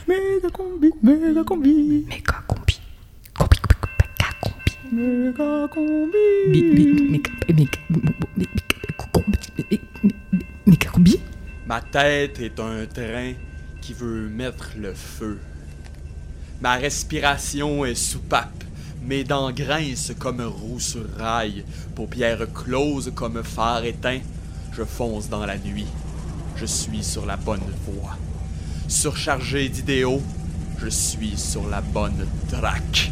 Méga combi, méga combi. Méga combi. Combi, méga combi. Méga combi. Méga combi. Ma tête est un train qui veut mettre le feu. Ma respiration est soupape. Mes dents grincent comme roue sur rail. Paupières closes comme phare éteint. Je fonce dans la nuit. Je suis sur la bonne voie. Surchargé d'idéaux, je suis sur la bonne track.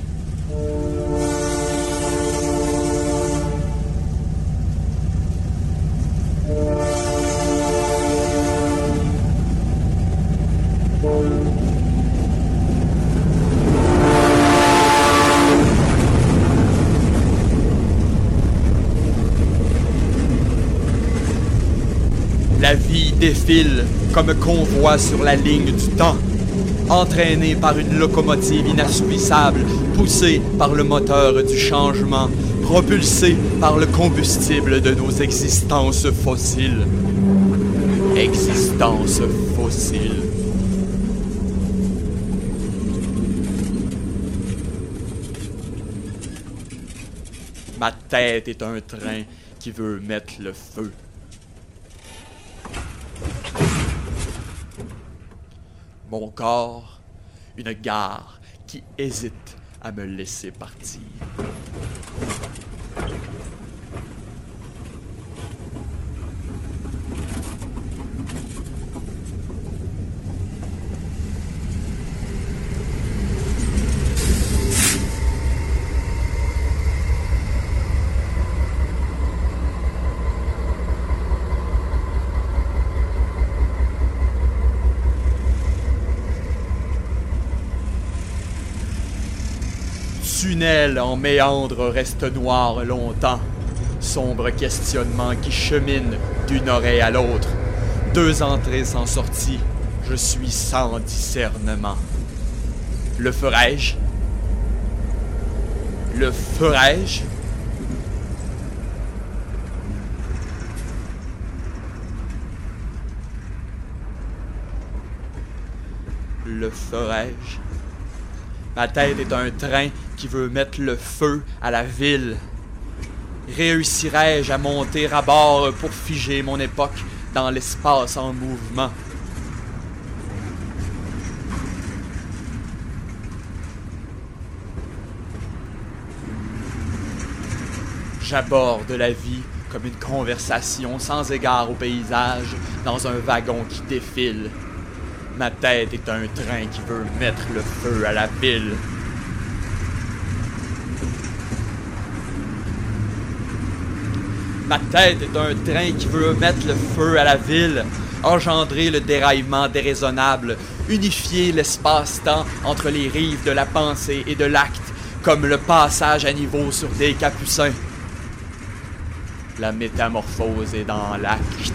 La vie défile comme convoi sur la ligne du temps, entraîné par une locomotive inassouvissable, poussé par le moteur du changement, propulsé par le combustible de nos existences fossiles. Existence fossile. Ma tête est un train qui veut mettre le feu. Mon corps, une gare qui hésite à me laisser partir. Tunnel en méandre reste noir longtemps. Sombre questionnement qui chemine d'une oreille à l'autre. Deux entrées sans sortie, je suis sans discernement. Le ferai-je? Le ferai-je? Le ferai-je? Ma tête est un train qui veut mettre le feu à la ville. Réussirai-je à monter à bord pour figer mon époque dans l'espace en mouvement? J'aborde la vie comme une conversation sans égard au paysage dans un wagon qui défile. Ma tête est un train qui veut mettre le feu à la ville. Ma tête est un train qui veut mettre le feu à la ville, engendrer le déraillement déraisonnable, unifier l'espace-temps entre les rives de la pensée et de l'acte, comme le passage à niveau sur des capucins. La métamorphose est dans l'acte.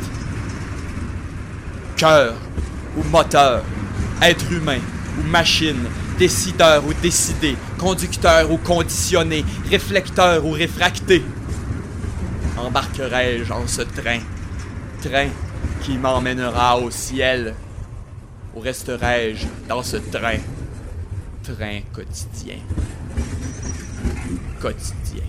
Cœur ou moteur, être humain ou machine, décideur ou décidé, conducteur ou conditionné, réflecteur ou réfracté. Embarquerai-je en ce train, train qui m'emmènera au ciel, ou resterai-je dans ce train, train quotidien, quotidien.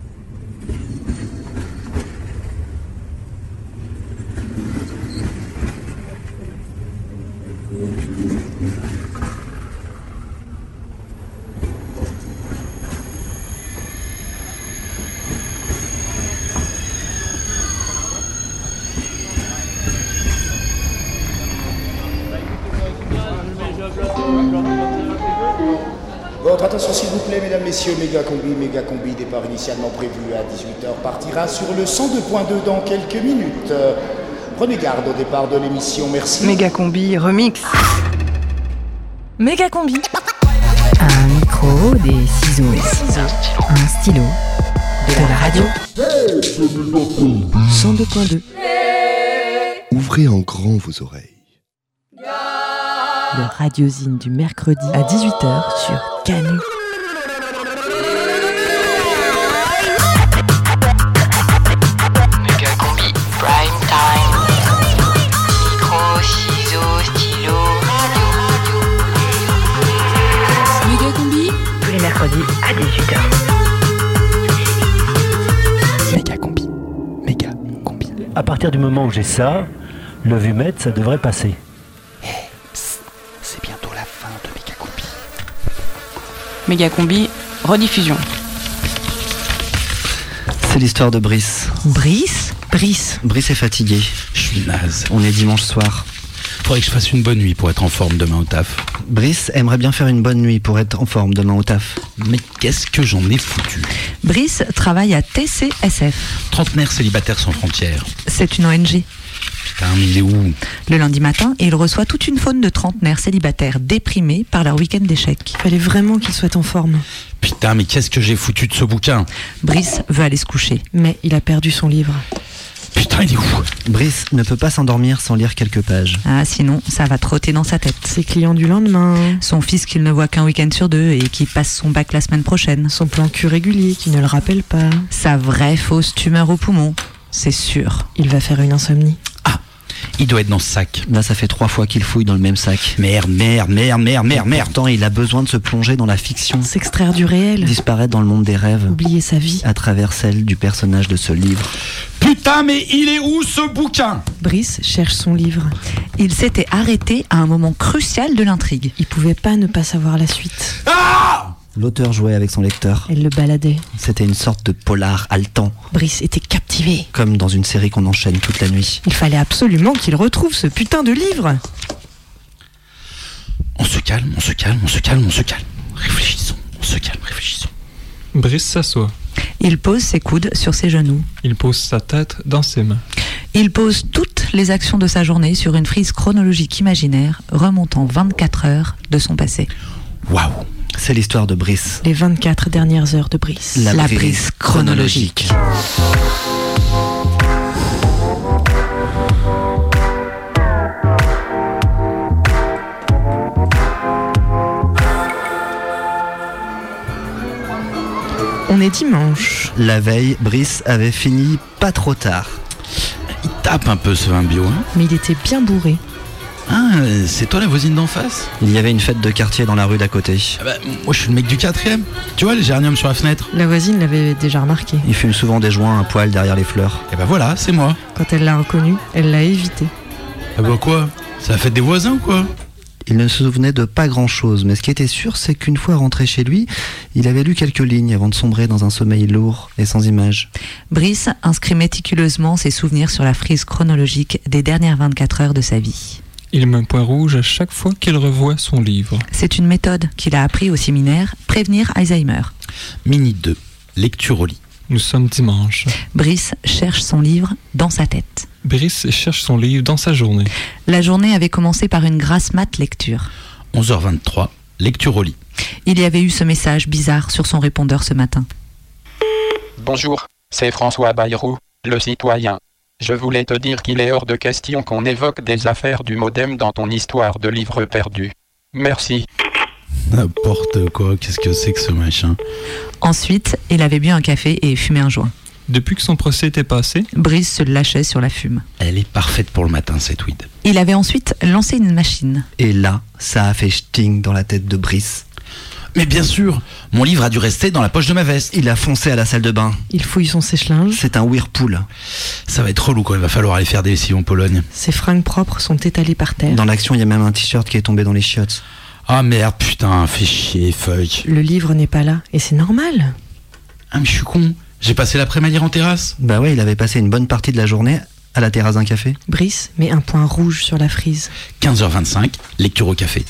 Votre attention s'il vous plaît, mesdames, messieurs, méga combi, départ initialement prévu à 18h, partira sur le 102.2 dans quelques minutes. Prenez garde au départ de l'émission, merci. Méga combi remix. Méga combi. Un micro, des ciseaux, un stylo, de la radio. 102.2. Ouvrez en grand vos oreilles. Le radiozine du mercredi à 18h sur Canu. Méga combi, prime time. Micro, ciseaux, stylo, radio. partir du moment où j'ai ça, le vumètre, ça devrait passer. C'est bientôt la fin de Mégacombi. Mégacombi, rediffusion. C'est l'histoire de Brice. Brice ? Brice est fatigué. Je suis naze. On est dimanche soir. Faudrait que je fasse une bonne nuit pour être en forme demain au taf. Brice aimerait bien faire une bonne nuit pour être en forme demain au taf. Mais qu'est-ce que j'en ai foutu? Brice travaille à TCSF. Trentenaires célibataires sans frontières. C'est une ONG. Putain, mais il est où? Le lundi matin, il reçoit toute une faune de trentenaires célibataires déprimés par leur week-end d'échecs. Fallait vraiment qu'il soit en forme. Putain, mais qu'est-ce que j'ai foutu de ce bouquin? Brice veut aller se coucher. Mais il a perdu son livre. Putain, il est où? Brice ne peut pas s'endormir sans lire quelques pages. Ah, sinon, ça va trotter dans sa tête. Ses clients du lendemain. Son fils qu'il ne voit qu'un week-end sur 2 et qui passe son bac la semaine prochaine. Son plan cul régulier qui ne le rappelle pas. Sa vraie fausse tumeur au poumon. C'est sûr. Il va faire une insomnie. Ah, il doit être dans ce sac. Là, ça fait 3 fois qu'il fouille dans le même sac. Merde. Pourtant, il a besoin de se plonger dans la fiction. S'extraire du réel. Disparaître dans le monde des rêves. Oublier sa vie. À travers celle du personnage de ce livre. Putain, mais il est où ce bouquin? Brice cherche son livre. Il s'était arrêté à un moment crucial de l'intrigue. Il pouvait pas ne pas savoir la suite. Ah! L'auteur jouait avec son lecteur. Elle le baladait. C'était une sorte de polar haletant. Brice était captivé. Comme dans une série qu'on enchaîne toute la nuit. Il fallait absolument qu'il retrouve ce putain de livre. On se calme. Réfléchissons, réfléchissons. Brice s'assoit. Il pose ses coudes sur ses genoux. Il pose sa tête dans ses mains. Il pose toutes les actions de sa journée sur une frise chronologique imaginaire remontant 24 heures de son passé. Waouh! C'est l'histoire de Brice. Les 24 dernières heures de Brice. La Brice chronologique. On est dimanche. La veille, Brice avait fini pas trop tard. Il tape un peu ce vin bio, hein? Mais il était bien bourré. Ah, c'est toi la voisine d'en face? Il y avait une fête de quartier dans la rue d'à côté. Ah bah, moi je suis le mec du 4ème. Tu vois les géraniums sur la fenêtre? La voisine l'avait déjà remarqué. Il fume souvent des joints à poil derrière les fleurs. Et bah voilà, c'est moi. Quand elle l'a reconnu, elle l'a évité. Ah bah quoi? C'est la fête des voisins ou quoi? Il ne se souvenait de pas grand-chose, mais ce qui était sûr, c'est qu'une fois rentré chez lui, il avait lu quelques lignes avant de sombrer dans un sommeil lourd et sans images. Brice inscrit méticuleusement ses souvenirs sur la frise chronologique des dernières 24 heures de sa vie. Il met un point rouge à chaque fois qu'il revoit son livre. C'est une méthode qu'il a appris au séminaire, prévenir Alzheimer. Mini 2, lecture au lit. Nous sommes dimanche. Brice cherche son livre dans sa tête. Brice cherche son livre dans sa journée. La journée avait commencé par une grasse mat lecture. 11h23, lecture au lit. Il y avait eu ce message bizarre sur son répondeur ce matin. Bonjour, c'est François Bayrou, le citoyen. Je voulais te dire qu'il est hors de question qu'on évoque des affaires du modem dans ton histoire de livre perdu. Merci. N'importe quoi, qu'est-ce que c'est que ce machin? Ensuite, il avait bu un café et fumé un joint. Depuis que son procès était passé, Brice se lâchait sur la fume. Elle est parfaite pour le matin, cette weed. Il avait ensuite lancé une machine. Et là, ça a fait sting dans la tête de Brice. Mais bien sûr, mon livre a dû rester dans la poche de ma veste. Il a foncé à la salle de bain. Il fouille son sèche-linge. C'est un Whirlpool. Ça va être relou quand il va falloir aller faire des lessives en Pologne. Ses fringues propres sont étalées par terre. Dans l'action, il y a même un t-shirt qui est tombé dans les chiottes. Ah merde, putain, fais chier, fuck. Le livre n'est pas là, et c'est normal. Ah mais je suis con, j'ai passé l'après-midi en terrasse. Bah ouais, il avait passé une bonne partie de la journée à la terrasse d'un café. Brice met un point rouge sur la frise. 15h25, lecture au café.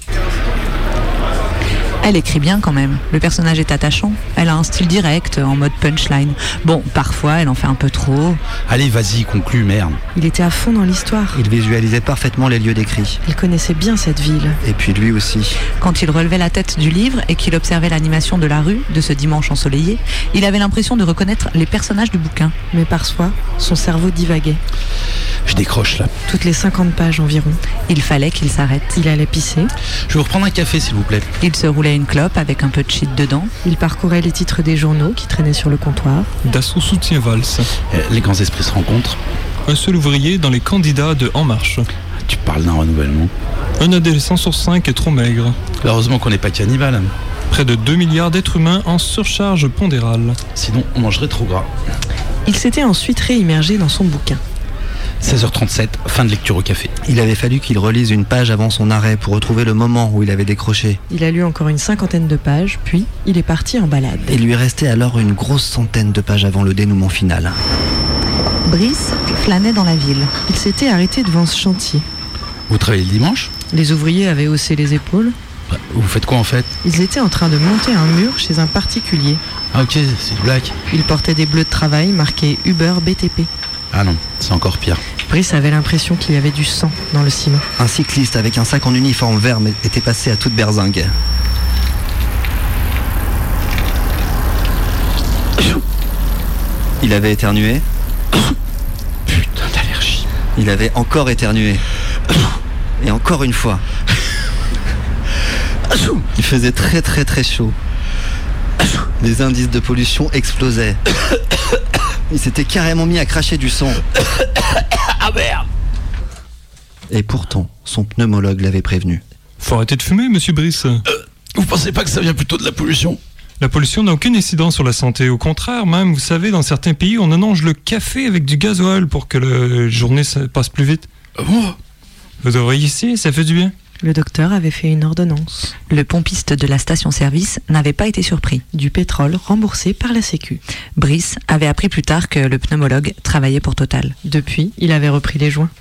Elle écrit bien quand même. Le personnage est attachant. Elle a un style direct, en mode punchline. Bon, parfois, elle en fait un peu trop. Allez, vas-y, conclue, merde. Il était à fond dans l'histoire. Il visualisait parfaitement les lieux décrits. Il connaissait bien cette ville. Et puis lui aussi. Quand il relevait la tête du livre et qu'il observait l'animation de la rue, de ce dimanche ensoleillé, il avait l'impression de reconnaître les personnages du bouquin. Mais parfois, son cerveau divaguait. Je décroche là. Toutes les 50 pages environ. Il fallait qu'il s'arrête. Il allait pisser. Je vais vous reprendre un café, s'il vous plaît. Il se roulait une clope avec un peu de shit dedans. Il parcourait les titres des journaux qui traînaient sur le comptoir. Dassault soutient Valls. Les grands esprits se rencontrent. Un seul ouvrier dans les candidats de En Marche. Tu parles d'un renouvellement. Un adolescent sur 5 est trop maigre. Heureusement qu'on n'est pas cannibale. Près de 2 milliards d'êtres humains en surcharge pondérale. Sinon, on mangerait trop gras. Il s'était ensuite réimmergé dans son bouquin. 16h37, fin de lecture au café. Il avait fallu qu'il relise une page avant son arrêt pour retrouver le moment où il avait décroché. Il a lu encore une 50aine de pages, puis il est parti en balade. Il lui restait alors une grosse centaine de pages avant le dénouement final. Brice flânait dans la ville. Il s'était arrêté devant ce chantier. Vous travaillez le dimanche ? Les ouvriers avaient haussé les épaules. Vous faites quoi en fait ? Ils étaient en train de monter un mur chez un particulier. Ah ok, c'est une blague. Ils portaient des bleus de travail marqués Uber BTP. Ah non, c'est encore pire. Brice avait l'impression qu'il y avait du sang dans le ciment. Un cycliste avec un sac en uniforme vert était passé à toute berzingue. Il avait éternué. Putain d'allergie. Il avait encore éternué. Et encore une fois. Il faisait très très très chaud. Les indices de pollution explosaient. Il s'était carrément mis à cracher du sang. Ah merde. Et pourtant, son pneumologue l'avait prévenu. Faut arrêter de fumer, monsieur Brice. Vous pensez pas que ça vient plutôt de la pollution ? La pollution n'a aucun incidence sur la santé. Au contraire, même, vous savez, dans certains pays, on annonce le café avec du gasoil pour que la journée passe plus vite. Ah bon ? Vous devriez essayer, ça fait du bien. Le docteur avait fait une ordonnance. Le pompiste de la station-service n'avait pas été surpris. Du pétrole remboursé par la Sécu. Brice avait appris plus tard que le pneumologue travaillait pour Total. Depuis, il avait repris les joints.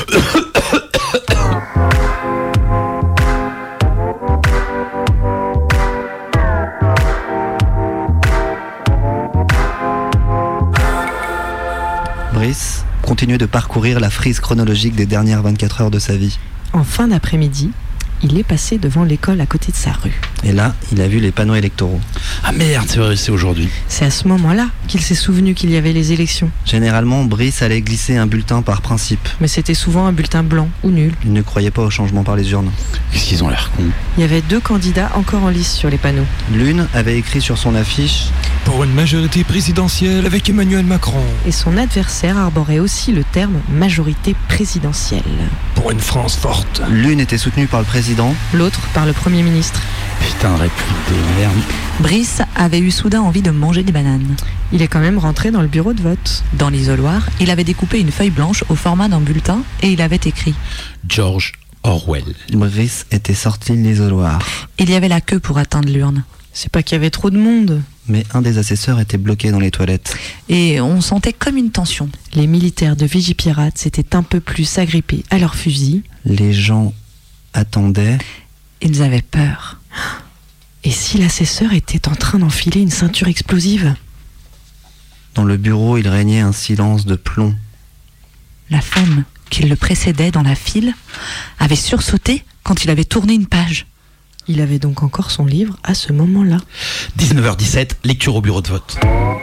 Brice continuait de parcourir la frise chronologique des dernières 24 heures de sa vie. En fin d'après-midi, il est passé devant l'école à côté de sa rue. Et là, il a vu les panneaux électoraux. Ah merde, c'est vrai, c'est aujourd'hui. C'est à ce moment-là qu'il s'est souvenu qu'il y avait les élections. Généralement, Brice allait glisser un bulletin par principe. Mais c'était souvent un bulletin blanc ou nul. Il ne croyait pas au changement par les urnes. Qu'est-ce qu'ils ont l'air cons. Il y avait 2 candidats encore en lice sur les panneaux. L'une avait écrit sur son affiche « Pour une majorité présidentielle avec Emmanuel Macron ». Et son adversaire arborait aussi le terme « majorité présidentielle ». Pour une France forte. L'une était soutenue par le président, l'autre par le Premier ministre. Putain de république de merde. Brice avait eu soudain envie de manger des bananes. Il est quand même rentré dans le bureau de vote. Dans l'isoloir, il avait découpé une feuille blanche au format d'un bulletin et il avait écrit George Orwell. Brice était sorti de l'isoloir. Il y avait la queue pour atteindre l'urne. C'est pas qu'il y avait trop de monde. Mais un des assesseurs était bloqué dans les toilettes. Et on sentait comme une tension. Les militaires de Vigipirate s'étaient un peu plus agrippés à leurs fusils. Les gens attendaient. Ils avaient peur. Et si l'assesseur était en train d'enfiler une ceinture explosive ? Dans le bureau, il régnait un silence de plomb. La femme qui le précédait dans la file avait sursauté quand il avait tourné une page. Il avait donc encore son livre à ce moment-là. 19h17, lecture au bureau de vote.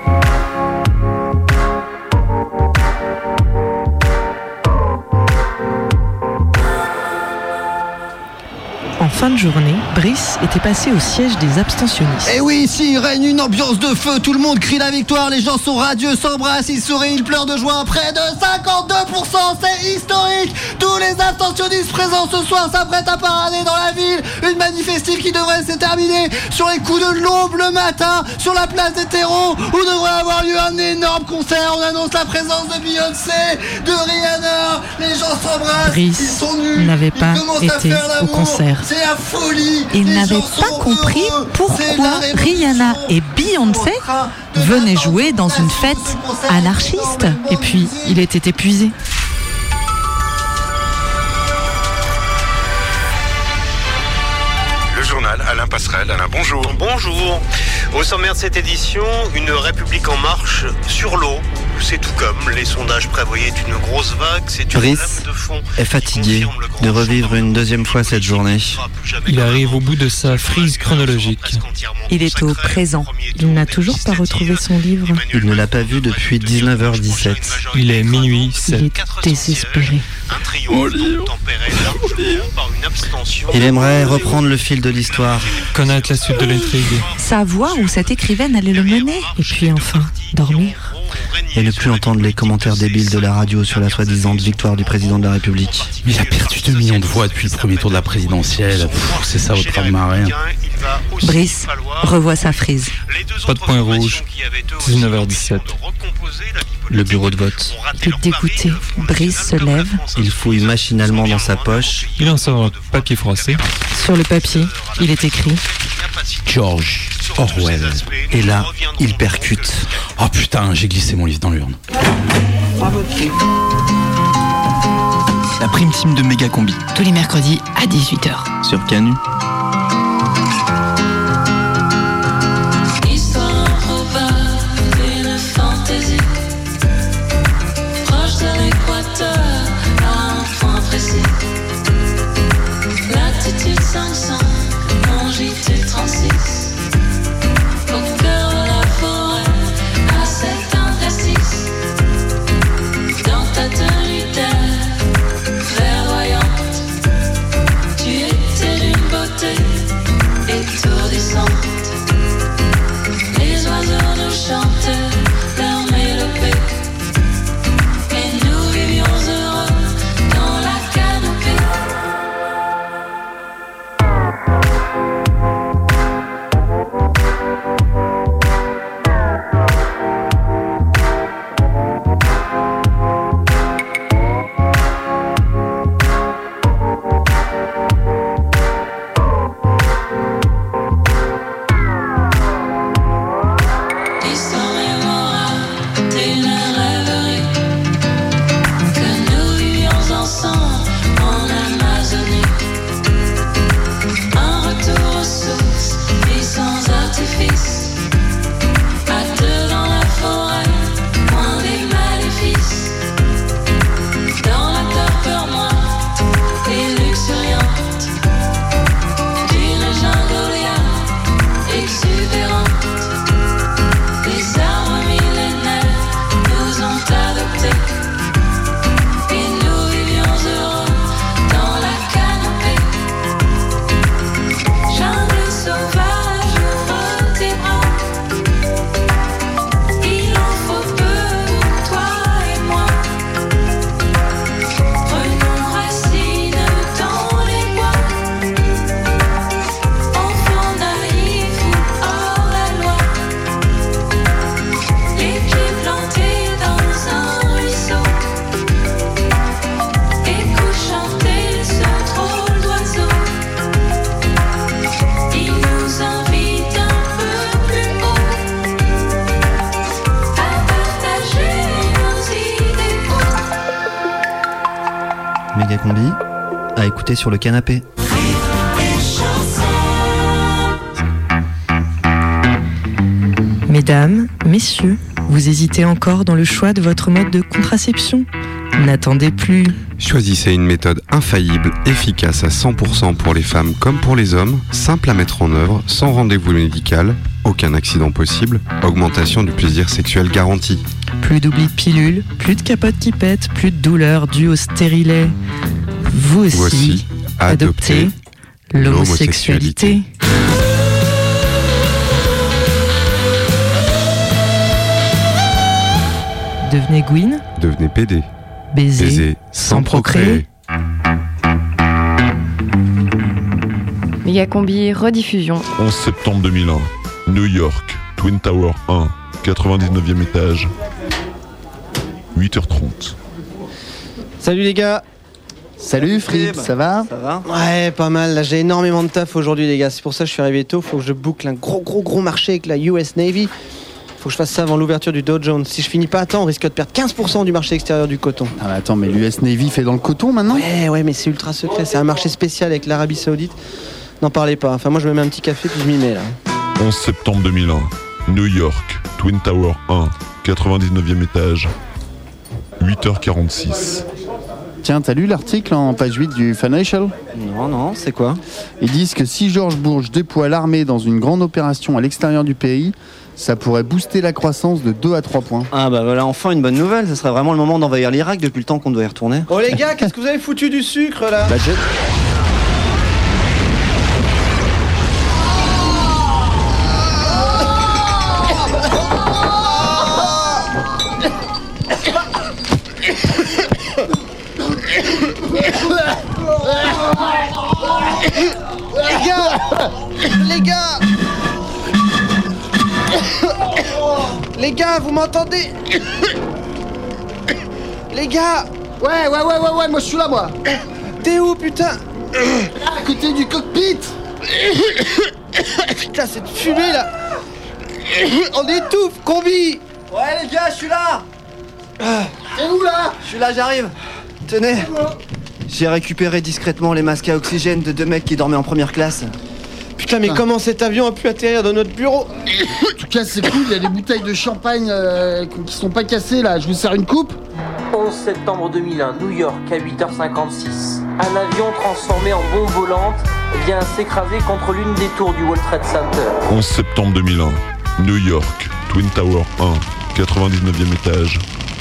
En fin de journée, Brice était passé au siège des abstentionnistes. Et oui, ici, il règne une ambiance de feu, tout le monde crie la victoire, les gens sont radieux, s'embrassent, ils sourient, ils pleurent de joie. Près de 52%, c'est historique. Tous les abstentionnistes présents ce soir s'apprêtent à parader dans la ville. Une manifestive qui devrait se terminer sur les coups de l'aube le matin, sur la place des terreaux, où devrait avoir lieu un énorme concert. On annonce la présence de Beyoncé, de Rihanna, les gens s'embrassent, Brice ils sont nus, n'avait pas été au concert. C'est la folie. Il n'avait pas compris pourquoi Rihanna et Beyoncé venaient jouer dans une fête anarchiste. Et puis, il était épuisé. Le journal, Alain Passerelle. Alain, bonjour. Bonjour. Au sommaire de cette édition, une République en marche sur l'eau. C'est tout comme les sondages prévoyaient une grosse vague. C'est une Brice lame de fond est fatigué de revivre une deuxième fois cette journée. Il arrive au bout de sa frise chronologique. Il est au présent. Il n'a toujours pas retrouvé son livre. Il ne l'a pas vu depuis 19h17. Il est minuit 7. Il est désespéré. Il aimerait reprendre le fil de l'histoire. Connaître la suite de l'intrigue. Savoir où cette écrivaine allait le mener. Et puis enfin, dormir. et ne plus entendre les commentaires débiles de la radio sur la soi-disant victoire du président de la République. Mais il a perdu 2 millions de voix depuis le premier tour de la présidentielle. C'est ça votre raz-de-marée. Brice revoit sa frise. Pas de point rouge. 19h17. Le bureau de vote. Il est dégoûté. Brice se lève. Il fouille machinalement dans sa poche. Il en sort un papier froissé. Sur le papier, il est écrit George Orwell. Et là, il percute. Oh putain, j'ai glissé mon livre dans l'urne. La prime team de Méga Combi. Tous les mercredis à 18h. Sur Canu. Latitude 500, mon JT 36. Au cœur de la forêt, à 7 indécis. Dans ta tenue d'air verdoyante, tu étais d'une beauté étourdissante. Les oiseaux nous chantaient leur mélopée, et nous vivions heureux dans la canopée. Méga Combi, à écouter sur le canapé. Mesdames, messieurs, vous hésitez encore dans le choix de votre mode de contraception ? N'attendez plus. Choisissez une méthode infaillible, efficace à 100% pour les femmes comme pour les hommes, simple à mettre en œuvre, sans rendez-vous médical, aucun accident possible, augmentation du plaisir sexuel garanti. Plus d'oubli de pilules, plus de capotes qui pètent, plus de douleurs dues au stérilet. Vous aussi, adoptez l'homosexualité. Devenez Gwyn. Devenez PD. Baiser sans procréer. Méga Combi rediffusion. 11 septembre 2001. New York, Twin Tower 1, 99e étage. 8h30. Salut les gars. Salut Fripp, ça va ? Ça va ? Ouais, pas mal. Là, j'ai énormément de taf aujourd'hui les gars. C'est pour ça que je suis arrivé tôt. Faut que je boucle un gros marché avec la US Navy. Faut que je fasse ça avant l'ouverture du Dow Jones. Si je finis pas à temps, on risque de perdre 15% du marché extérieur du coton. Ah bah attends, mais l'US Navy fait dans le coton maintenant ? Ouais, mais c'est ultra secret. C'est un marché spécial avec l'Arabie Saoudite. N'en parlez pas. Enfin, moi, je me mets un petit café puis je m'y mets là. 11 septembre 2001. New York, Twin Tower 1, 99e étage. 8h46. Tiens, t'as lu l'article en page 8 du Financial ? Non, c'est quoi ? Ils disent que si George Bush déploie l'armée dans une grande opération à l'extérieur du pays, ça pourrait booster la croissance de 2 à 3 points. Ah bah voilà, enfin une bonne nouvelle. Ce serait vraiment le moment d'envahir l'Irak depuis le temps qu'on doit y retourner. Oh les gars, qu'est-ce que vous avez foutu du sucre là ? Les gars, vous m'entendez? Les gars! Ouais, moi je suis là, moi. T'es où, putain? À côté du cockpit. Putain, cette fumée là! On étouffe, combi! Ouais, les gars, je suis là. T'es où là? Je suis là, j'arrive. Tenez. J'ai récupéré discrètement les masques à oxygène de 2 mecs qui dormaient en première classe. Putain, mais comment cet avion a pu atterrir dans notre bureau? En tout cas, c'est cool, il y a des bouteilles de champagne qui sont pas cassées là. Je vous sers une coupe? 11 septembre 2001, New York, à 8h56. Un avion transformé en bombe volante vient s'écraser contre l'une des tours du World Trade Center. 11 septembre 2001, New York, Twin Tower 1, 99e étage,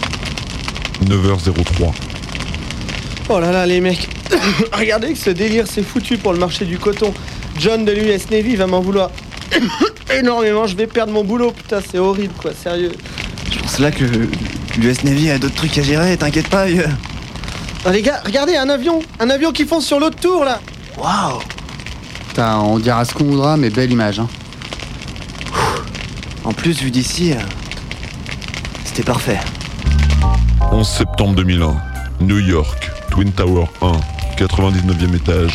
9h03. Oh là là, les mecs. Regardez que ce délire s'est foutu pour le marché du coton. John de l'US Navy va m'en vouloir énormément. Je vais perdre mon boulot. Putain, c'est horrible, quoi, sérieux. Je pense là que l'US Navy a d'autres trucs à gérer, t'inquiète pas, vieux. Ah, les gars, regardez, un avion qui fonce sur l'autre tour, là. Waouh. Putain, on dira ce qu'on voudra, mais belle image, hein. En plus, vu d'ici, c'était parfait. 11 septembre 2001, New York, Twin Tower 1, 99e étage,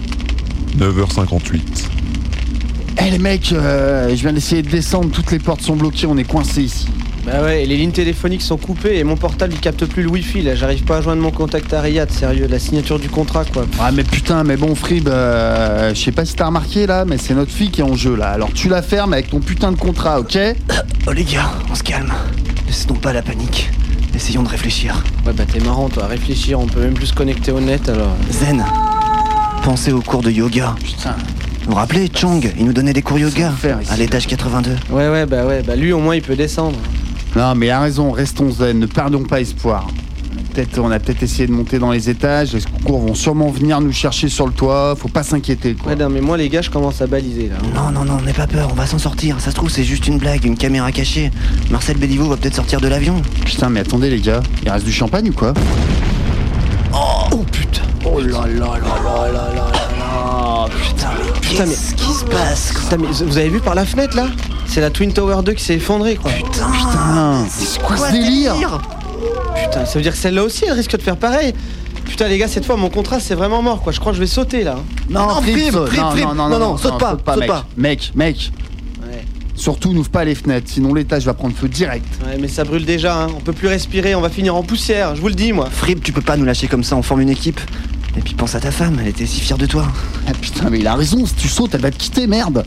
9h58. Eh les mecs, je viens d'essayer de descendre, toutes les portes sont bloquées, on est coincés ici. Bah ouais, les lignes téléphoniques sont coupées et mon portable il capte plus le wifi là, j'arrive pas à joindre mon contact à Riyad, sérieux, la signature du contrat quoi. Ah mais putain, mais bon Frib, je sais pas si t'as remarqué là, mais c'est notre fille qui est en jeu là, alors tu la fermes avec ton putain de contrat, ok? Oh les gars, on se calme, laissons pas la panique, essayons de réfléchir. Ouais bah t'es marrant toi, réfléchir, on peut même plus se connecter au net alors. Zen, pensez aux cours de yoga. Putain. Vous vous rappelez, Chong, il nous donnait des cours yoga à l'étage 82. Ouais, bah lui au moins il peut descendre. Non mais a raison, restons zen, ne perdons pas espoir. On a peut-être essayé de monter dans les étages, les secours vont sûrement venir nous chercher sur le toit, faut pas s'inquiéter quoi. Ouais non mais moi les gars je commence à baliser là. Non, n'aie pas peur, on va s'en sortir, ça se trouve c'est juste une blague, une caméra cachée. Marcel Béliveau va peut-être sortir de l'avion. Putain mais attendez les gars, il reste du champagne ou quoi? Oh putain. Oh là là là là là là. Putain mais qu'est-ce qui se passe quoi? Putain mais vous avez vu par la fenêtre là? C'est la Twin Tower 2 qui s'est effondrée quoi. Putain, c'est quoi ce délire? Putain, ça veut dire que celle-là aussi elle risque de faire pareil. Putain les gars, cette fois mon contrat c'est vraiment mort quoi, je crois que je vais sauter là. Non, saute pas. Mec. Ouais. Surtout n'ouvre pas les fenêtres, sinon l'étage va prendre feu direct. Ouais mais ça brûle déjà, hein. On peut plus respirer, on va finir en poussière, je vous le dis moi. Frib, tu peux pas nous lâcher comme ça, on forme une équipe. Et puis pense à ta femme, elle était si fière de toi. Ah putain mais il a raison, si tu sautes elle va te quitter, merde.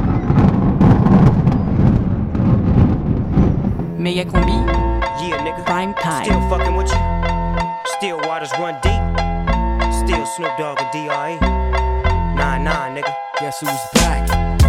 Méga combi. Prime time. Still fucking with you. Still waters run deep. Still Snoop Dogg and D.R.E. Nah, nigga. Guess who's back?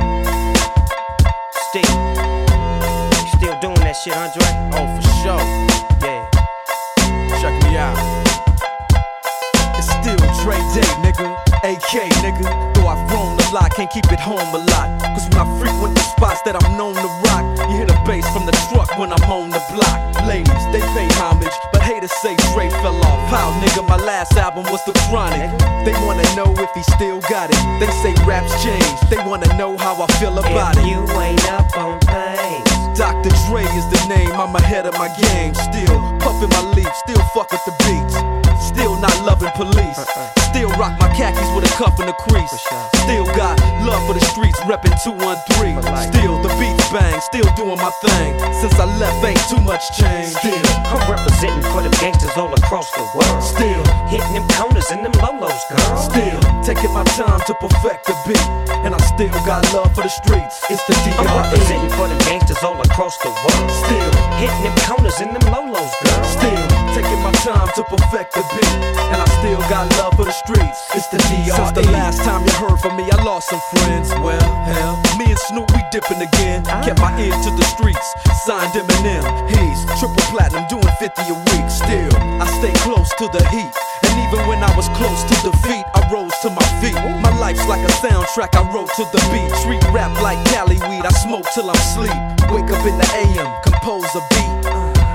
Still doing that shit, Andre? Oh, for sure. Yeah. Check me out. It's still Dre Day, nigga. AK, nigga. Though I've grown a lot, can't keep it home a lot. Cause when I frequent the spots that I'm known to rock, you hear the bass from the truck when I'm on the block. Ladies, they pay homage, but haters say Dre fell off. How, nigga, my last album was The Chronic. They wanna know if he still got it. They say raps change, they wanna know how I feel about if it. You ain't up on things. Dr. Dre is the name, I'm ahead of my game. Still puffin' my leaf, still fuck with the beats. Still not loving police. Still rock my khakis with a cuff and a crease. Still got love for the streets, reppin' 213. Still the beats bang, still doing my thing. Since I left, ain't too much change. Still I'm representing for them gangsters all across the world. Still hitting them corners and them lolos, girl. Still taking my time to perfect the beat. And I still got love for the streets. It's the D.R.E. I'm representing for them gangsters all across the world. Still hitting them corners and them lolos, girl. Still taking my time to perfect the beat. And I still got love for the streets. It's the D.R.E. Since the last time you heard from me, I lost some friends. Well, hell, me and Snoop, we dipping again. Kept my ear to the streets. Signed Eminem. He's triple platinum, doing 50 a week. Still, I stay close to the heat. And even when I was close to defeat, I rose to my feet. My life's like a soundtrack, I wrote to the beat. Treat rap like Cali weed, I smoke till I'm asleep. Wake up in the AM, compose a beat.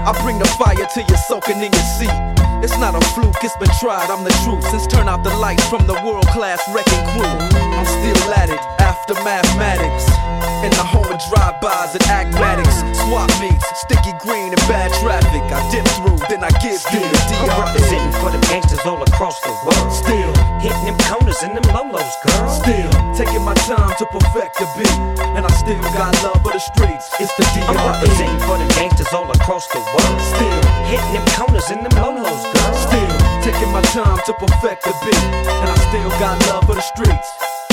I bring the fire till you're soaking in your seat. It's not a fluke, it's been tried, I'm the truth. Since turn out the lights from the world-class wrecking crew, I'm still at it, after mathematics. In the home of drive-bys and acmatics, swap meets, sticky green and bad traffic. I dip through, then I give you the DR. I'm representing for the gangsters all across the world. Still hitting them corners and them lolos, girl. Still taking my time to perfect the beat, and I still got love for the streets. It's the DR. I'm representing for the gangsters all across the world. Still hitting them corners and them lolos, girl. Still taking my time to perfect the beat, and I still got love for the streets.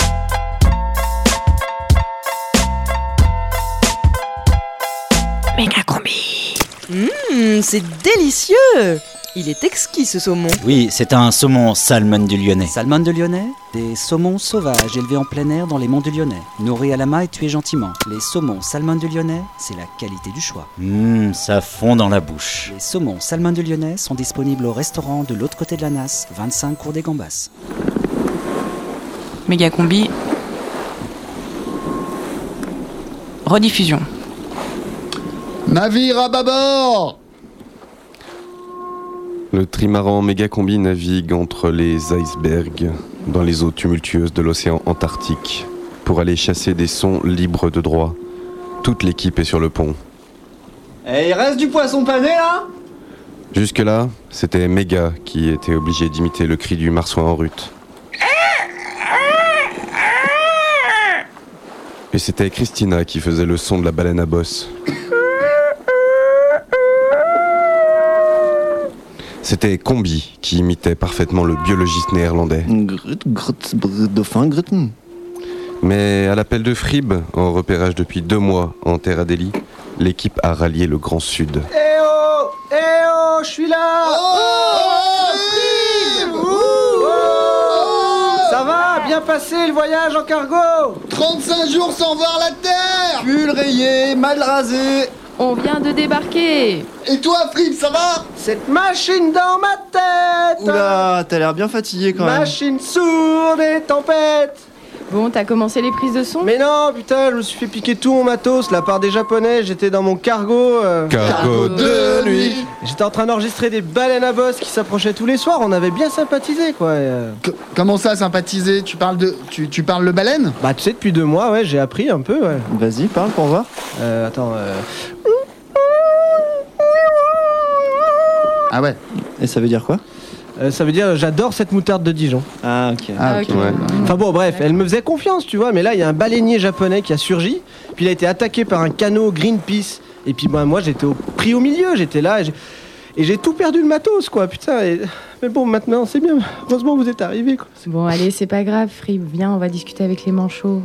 Méga combi. C'est délicieux. Il est exquis ce saumon. Oui, c'est un saumon salmon du Lyonnais. Salmon du Lyonnais, des saumons sauvages élevés en plein air dans les monts du Lyonnais. Nourris à la main et tués gentiment. Les saumons salmon du Lyonnais, c'est la qualité du choix. Ça fond dans la bouche. Les saumons salmon du Lyonnais sont disponibles au restaurant de l'autre côté de la Nasse, 25 cours des Gambas. Méga combi. Rediffusion. Navire à bâbord! Le trimaran Mégacombi navigue entre les icebergs dans les eaux tumultueuses de l'océan Antarctique pour aller chasser des sons libres de droit. Toute l'équipe est sur le pont. Et il reste du poisson pané là? Jusque-là, c'était Méga qui était obligé d'imiter le cri du marsouin en rut. Et c'était Christina qui faisait le son de la baleine à bosse. C'était Combi qui imitait parfaitement le biologiste néerlandais. Mais à l'appel de Frib, en repérage depuis 2 mois en Terre Adélie, l'équipe a rallié le Grand Sud. Eh oh, je suis là. Frib! Ça va, bien passé le voyage en cargo. 35 jours sans voir la Terre. Pull rayé, mal rasé. On vient de débarquer. Et toi, Frib, ça va? Cette machine dans ma tête. Oula, t'as l'air bien fatigué quand même. Machine sourde et tempête. Bon, t'as commencé les prises de son? Mais non, putain, je me suis fait piquer tout mon matos, la part des Japonais, j'étais dans mon cargo. Cargo de nuit. J'étais en train d'enregistrer des baleines à bosse qui s'approchaient tous les soirs, on avait bien sympathisé, quoi. Comment ça, sympathiser? Tu parles le baleine? Bah, tu sais, depuis 2 mois, ouais, j'ai appris un peu, ouais. Vas-y, parle pour voir. Attends, Ah ouais. Et ça veut dire quoi? Ça veut dire j'adore cette moutarde de Dijon. Ah ok. Ouais. Enfin bon, bref, elle me faisait confiance, tu vois, mais là il y a un baleinier japonais qui a surgi, puis il a été attaqué par un canot Greenpeace, et puis moi j'étais pris au milieu, j'étais là, et j'ai tout perdu le matos, quoi, putain. Mais bon, maintenant c'est bien, heureusement vous êtes arrivés, quoi. Bon, allez, c'est pas grave, Frib, viens, on va discuter avec les manchots.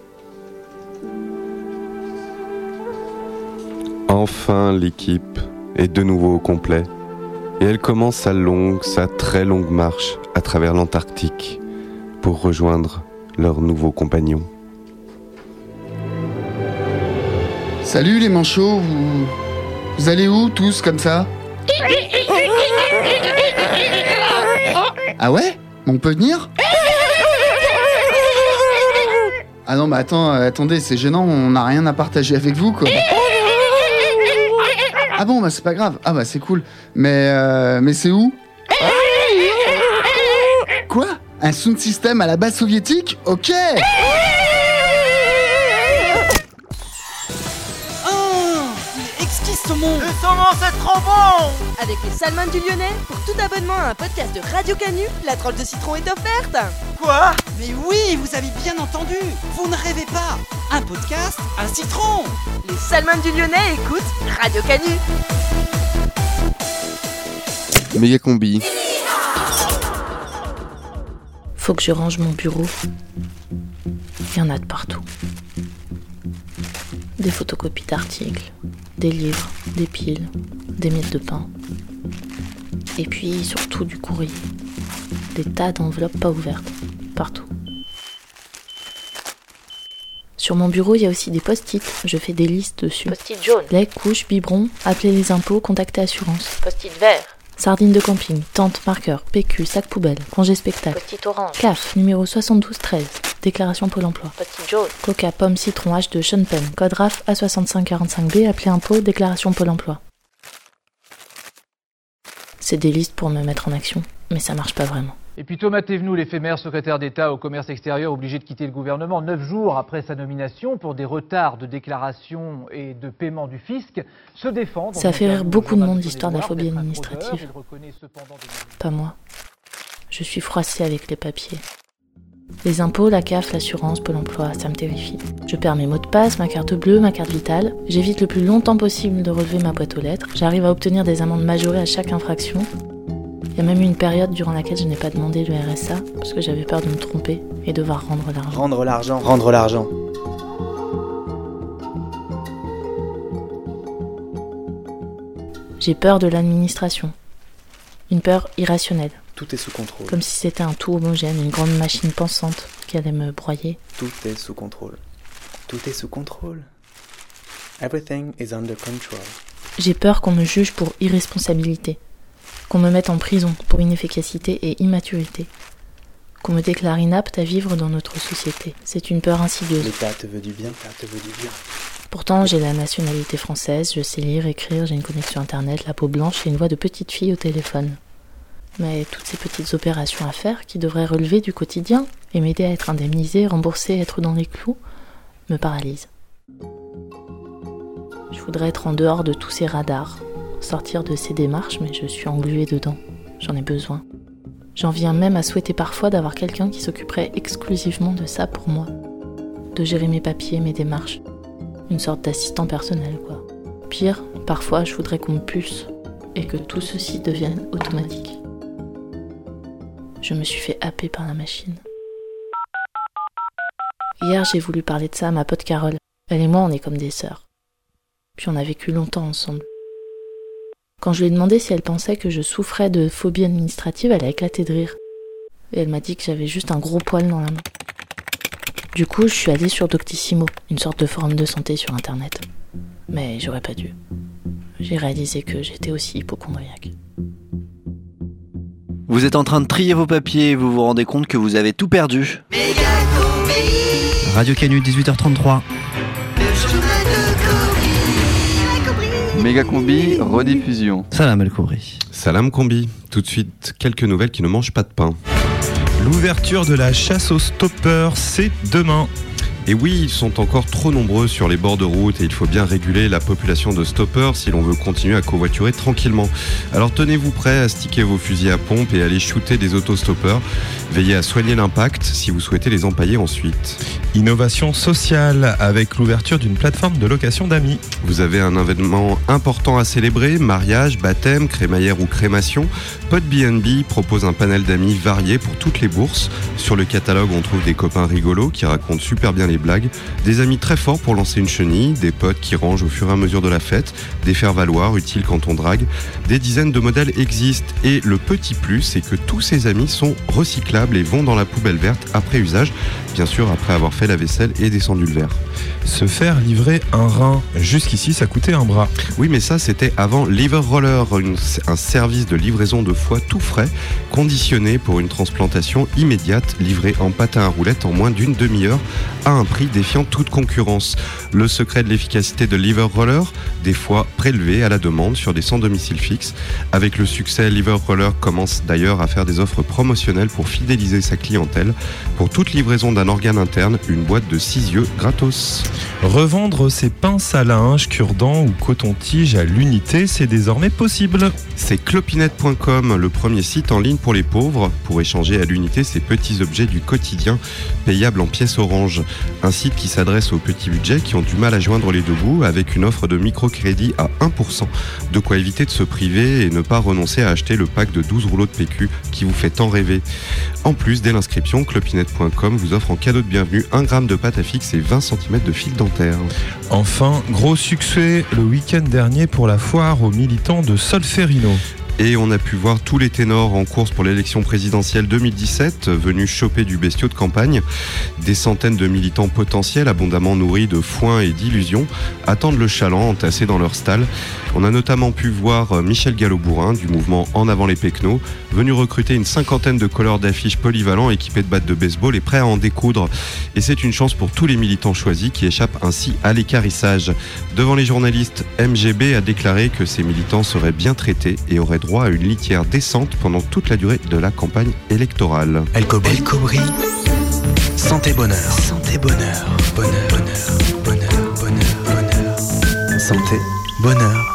Enfin, l'équipe est de nouveau au complet. Et elle commence sa très longue marche à travers l'Antarctique pour rejoindre leurs nouveaux compagnons. Salut les manchots, vous allez où tous comme ça? Ah ouais? On peut venir? Ah non mais attendez, c'est gênant, on n'a rien à partager avec vous quoi. Ah bon, bah c'est pas grave. Ah bah c'est cool. Mais c'est où? Quoi? Un sound system à la base soviétique? Ok. Exquis saumon. Le saumon c'est trop bon. Avec les salmons du Lyonnais, pour tout abonnement à un podcast de Radio Canu, la trolle de citron est offerte. Quoi? Mais oui, vous avez bien entendu. Vous ne rêvez pas. Un podcast, un citron. Les salmons du Lyonnais écoutent Radio Canu. Mégacombi. Faut que je range mon bureau. Il y en a de partout. Des photocopies d'articles, des livres, des piles, des miettes de pain. Et puis surtout du courrier. Des tas d'enveloppes pas ouvertes, partout. Sur mon bureau, il y a aussi des post-it. Je fais des listes dessus. Post-it jaune. Lait, couche, biberon, appeler les impôts, contacter assurance. Post-it vert. Sardines de camping, tente, marqueur, PQ, sac poubelle, congé spectacle. Post-it orange. CAF, numéro 7213, déclaration Pôle emploi. Post-it jaune. Coca, pomme, citron, H2, Sean Penn, code RAF A6545B, appelé impôt, déclaration Pôle emploi. C'est des listes pour me mettre en action, mais ça marche pas vraiment. Et puis Thomas Thévenoud, l'éphémère secrétaire d'État au commerce extérieur, obligé de quitter le gouvernement 9 jours après sa nomination pour des retards de déclaration et de paiement du fisc, se défend. Ça fait rire beaucoup de monde l'histoire de la phobie administrative. Pas moi. Je suis froissée avec les papiers. Les impôts, la CAF, l'assurance, Pôle emploi, ça me terrifie. Je perds mes mots de passe, ma carte bleue, ma carte vitale. J'évite le plus longtemps possible de relever ma boîte aux lettres. J'arrive à obtenir des amendes majorées à chaque infraction. Il y a même eu une période durant laquelle je n'ai pas demandé le RSA parce que j'avais peur de me tromper et devoir rendre l'argent. Rendre l'argent. J'ai peur de l'administration. Une peur irrationnelle. Tout est sous contrôle. Comme si c'était un tout homogène, une grande machine pensante qui allait me broyer. Tout est sous contrôle. Tout est sous contrôle. Everything is under control. J'ai peur qu'on me juge pour irresponsabilité. Qu'on me mette en prison pour inefficacité et immaturité. Qu'on me déclare inapte à vivre dans notre société. C'est une peur insidieuse. L'État te veut du bien, Pourtant, j'ai la nationalité française, je sais lire, écrire, j'ai une connexion internet, la peau blanche et une voix de petite fille au téléphone. Mais toutes ces petites opérations à faire qui devraient relever du quotidien et m'aider à être indemnisée, remboursée, être dans les clous, me paralysent. Je voudrais être en dehors de tous ces radars, sortir de ces démarches, mais je suis engluée dedans. J'en ai besoin. J'en viens même à souhaiter parfois d'avoir quelqu'un qui s'occuperait exclusivement de ça pour moi. De gérer mes papiers, mes démarches. Une sorte d'assistant personnel, quoi. Pire, parfois je voudrais qu'on me puce et que tout ceci devienne automatique. Je me suis fait happer par la machine. Hier, j'ai voulu parler de ça à ma pote Carole. Elle et moi, on est comme des sœurs. Puis on a vécu longtemps ensemble. Quand je lui ai demandé si elle pensait que je souffrais de phobie administrative, elle a éclaté de rire. Et elle m'a dit que j'avais juste un gros poil dans la main. Du coup, je suis allée sur Doctissimo, une sorte de forum de santé sur internet. Mais j'aurais pas dû. J'ai réalisé que j'étais aussi hypocondriaque. Vous êtes en train de trier vos papiers et vous vous rendez compte que vous avez tout perdu. Radio Canu, 18h33. Méga Combi, rediffusion. Salam El Koubri. Salam Combi. Tout de suite, quelques nouvelles qui ne mangent pas de pain. L'ouverture de la chasse aux stoppeurs, c'est demain. Et oui, ils sont encore trop nombreux sur les bords de route et il faut bien réguler la population de stoppeurs si l'on veut continuer à covoiturer tranquillement. Alors tenez-vous prêts à sticker vos fusils à pompe et à aller shooter des autostoppeurs. Veillez à soigner l'impact si vous souhaitez les empailler ensuite. Innovation sociale avec l'ouverture d'une plateforme de location d'amis. Vous avez un événement important à célébrer, mariage, baptême, crémaillère ou crémation. PodBnB propose un panel d'amis varié pour toutes les bourses. Sur le catalogue, on trouve des copains rigolos qui racontent super bien les blagues, des amis très forts pour lancer une chenille, des potes qui rangent au fur et à mesure de la fête, des faire-valoir utiles quand on drague. Des dizaines de modèles existent et le petit plus, c'est que tous ces amis sont recyclables et vont dans la poubelle verte après usage, bien sûr après avoir fait la vaisselle et descendu le verre. Se faire livrer un rein, jusqu'ici ça coûtait un bras. Oui, mais ça c'était avant Liver Roller, un service de livraison de foie tout frais, conditionné pour une transplantation immédiate, livré en patin à roulettes en moins d'une demi-heure à un prix défiant toute concurrence. Le secret de l'efficacité de Liver Roller, des foies prélevés à la demande sur des sans-domicile fixe. Avec le succès, Liver Roller commence d'ailleurs à faire des offres promotionnelles pour fidéliser sa clientèle. Pour toute livraison d'un organe interne, une boîte de 6 yeux gratos. Revendre ses pinces à linge, cure-dents ou coton-tige à l'unité, c'est désormais possible. C'est clopinette.com, le premier site en ligne pour les pauvres, pour échanger à l'unité ces petits objets du quotidien payables en pièces orange. Un site qui s'adresse aux petits budgets qui ont du mal à joindre les deux bouts, avec une offre de microcrédit à 1%. De quoi éviter de se priver et ne pas renoncer à acheter le pack de 12 rouleaux de PQ qui vous fait tant rêver. En plus, dès l'inscription, clopinette.com vous offre en cadeau de bienvenue 1 gramme de pâte à fixe et 20 cm de fil dentaire. Enfin, gros succès le week-end dernier pour la foire aux militants de Solferino. Et on a pu voir tous les ténors en course pour l'élection présidentielle 2017 venus choper du bestiau de campagne. Des centaines de militants potentiels abondamment nourris de foin et d'illusions attendent le chaland entassé dans leur stalle. On a notamment pu voir Michel Gallo-Bourrin du mouvement En avant les Péquenots venu recruter une 50aine de colleurs d'affiches polyvalents équipés de battes de baseball et prêts à en découdre. Et c'est une chance pour tous les militants choisis qui échappent ainsi à l'équarrissage. Devant les journalistes, MGB a déclaré que ces militants seraient bien traités et auraient droit à une litière décente pendant toute la durée de la campagne électorale. El Cobri. Santé bonheur. Santé bonheur. Bonheur. Santé bonheur.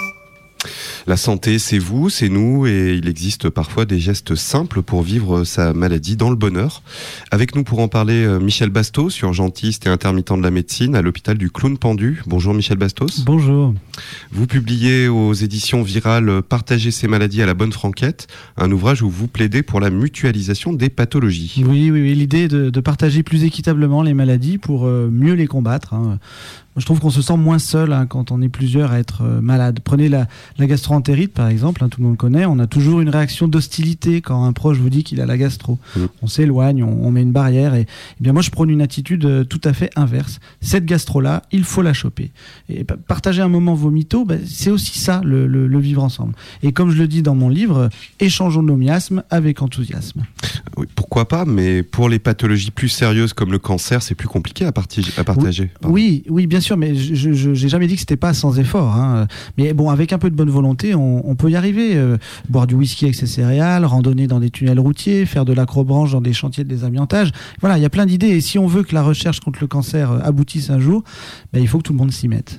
La santé, c'est vous, c'est nous, et il existe parfois des gestes simples pour vivre sa maladie dans le bonheur. Avec nous pour en parler, Michel Bastos, urgentiste et intermittent de la médecine à l'hôpital du Clown Pendu. Bonjour Michel Bastos. Bonjour. Vous publiez aux éditions Virales « Partager ses maladies à la bonne franquette », un ouvrage où vous plaidez pour la mutualisation des pathologies. Oui, l'idée est de partager plus équitablement les maladies pour mieux les combattre. Je trouve qu'on se sent moins seul quand on est plusieurs à être malade. Prenez la gastro-entérite par exemple, tout le monde connaît. On a toujours une réaction d'hostilité quand un proche vous dit qu'il a la gastro. On s'éloigne, on met une barrière. Et bien moi je prône une attitude tout à fait inverse. Cette gastro-là, il faut la choper. Et partager un moment vomito, c'est aussi ça, le vivre ensemble. Et comme je le dis dans mon livre, échangeons nos miasmes avec enthousiasme. Oui, pourquoi pas, mais pour les pathologies plus sérieuses comme le cancer, c'est plus compliqué à partager. Oui, bien sûr, mais je n'ai jamais dit que c'était pas sans effort. Mais bon, avec un peu de bonne volonté, on peut y arriver. Boire du whisky avec ses céréales, randonner dans des tunnels routiers, faire de l'acrobranche dans des chantiers de désamiantage. Voilà, il y a plein d'idées. Et si on veut que la recherche contre le cancer aboutisse un jour, il faut que tout le monde s'y mette.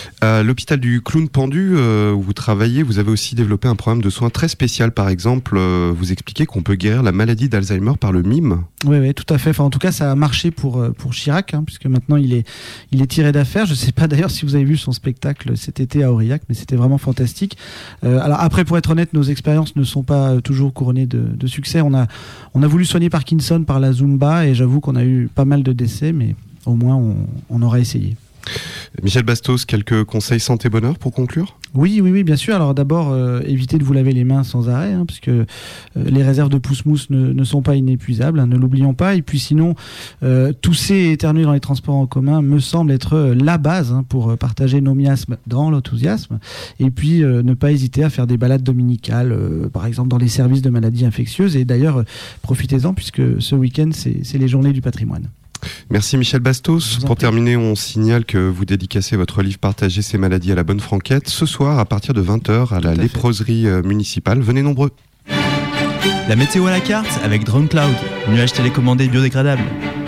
À l'hôpital du Clown Pendu, où vous travaillez, vous avez aussi développé un programme de soins très spécial. Par exemple, vous expliquez qu'on peut guérir la maladie d'Alzheimer par le mime. Oui, tout à fait. Enfin, en tout cas, ça a marché pour Chirac, puisque maintenant il est tiré d'affaire. Je ne sais pas d'ailleurs si vous avez vu son spectacle cet été à Aurillac, mais c'était vraiment fantastique. Alors après, pour être honnête, nos expériences ne sont pas toujours couronnées de succès. On a voulu soigner Parkinson par la Zumba, et j'avoue qu'on a eu pas mal de décès, mais au moins on aura essayé. Michel Bastos, quelques conseils santé-bonheur pour conclure ? Oui, bien sûr. Alors d'abord, évitez de vous laver les mains sans arrêt, puisque les réserves de pousse-mousse ne sont pas inépuisables, ne l'oublions pas. Et puis sinon, tousser et éternuer dans les transports en commun me semble être la base pour partager nos miasmes dans l'enthousiasme. Et puis ne pas hésiter à faire des balades dominicales, par exemple dans les services de maladies infectieuses. Et d'ailleurs, profitez-en, puisque ce week-end, c'est les journées du patrimoine. Merci Michel Bastos. Pour terminer, on signale que vous dédicacez votre livre Partager ses maladies à la bonne franquette ce soir à partir de 20h à la léproserie municipale. Venez nombreux. La météo à la carte avec Drone Cloud, nuage télécommandé biodégradable.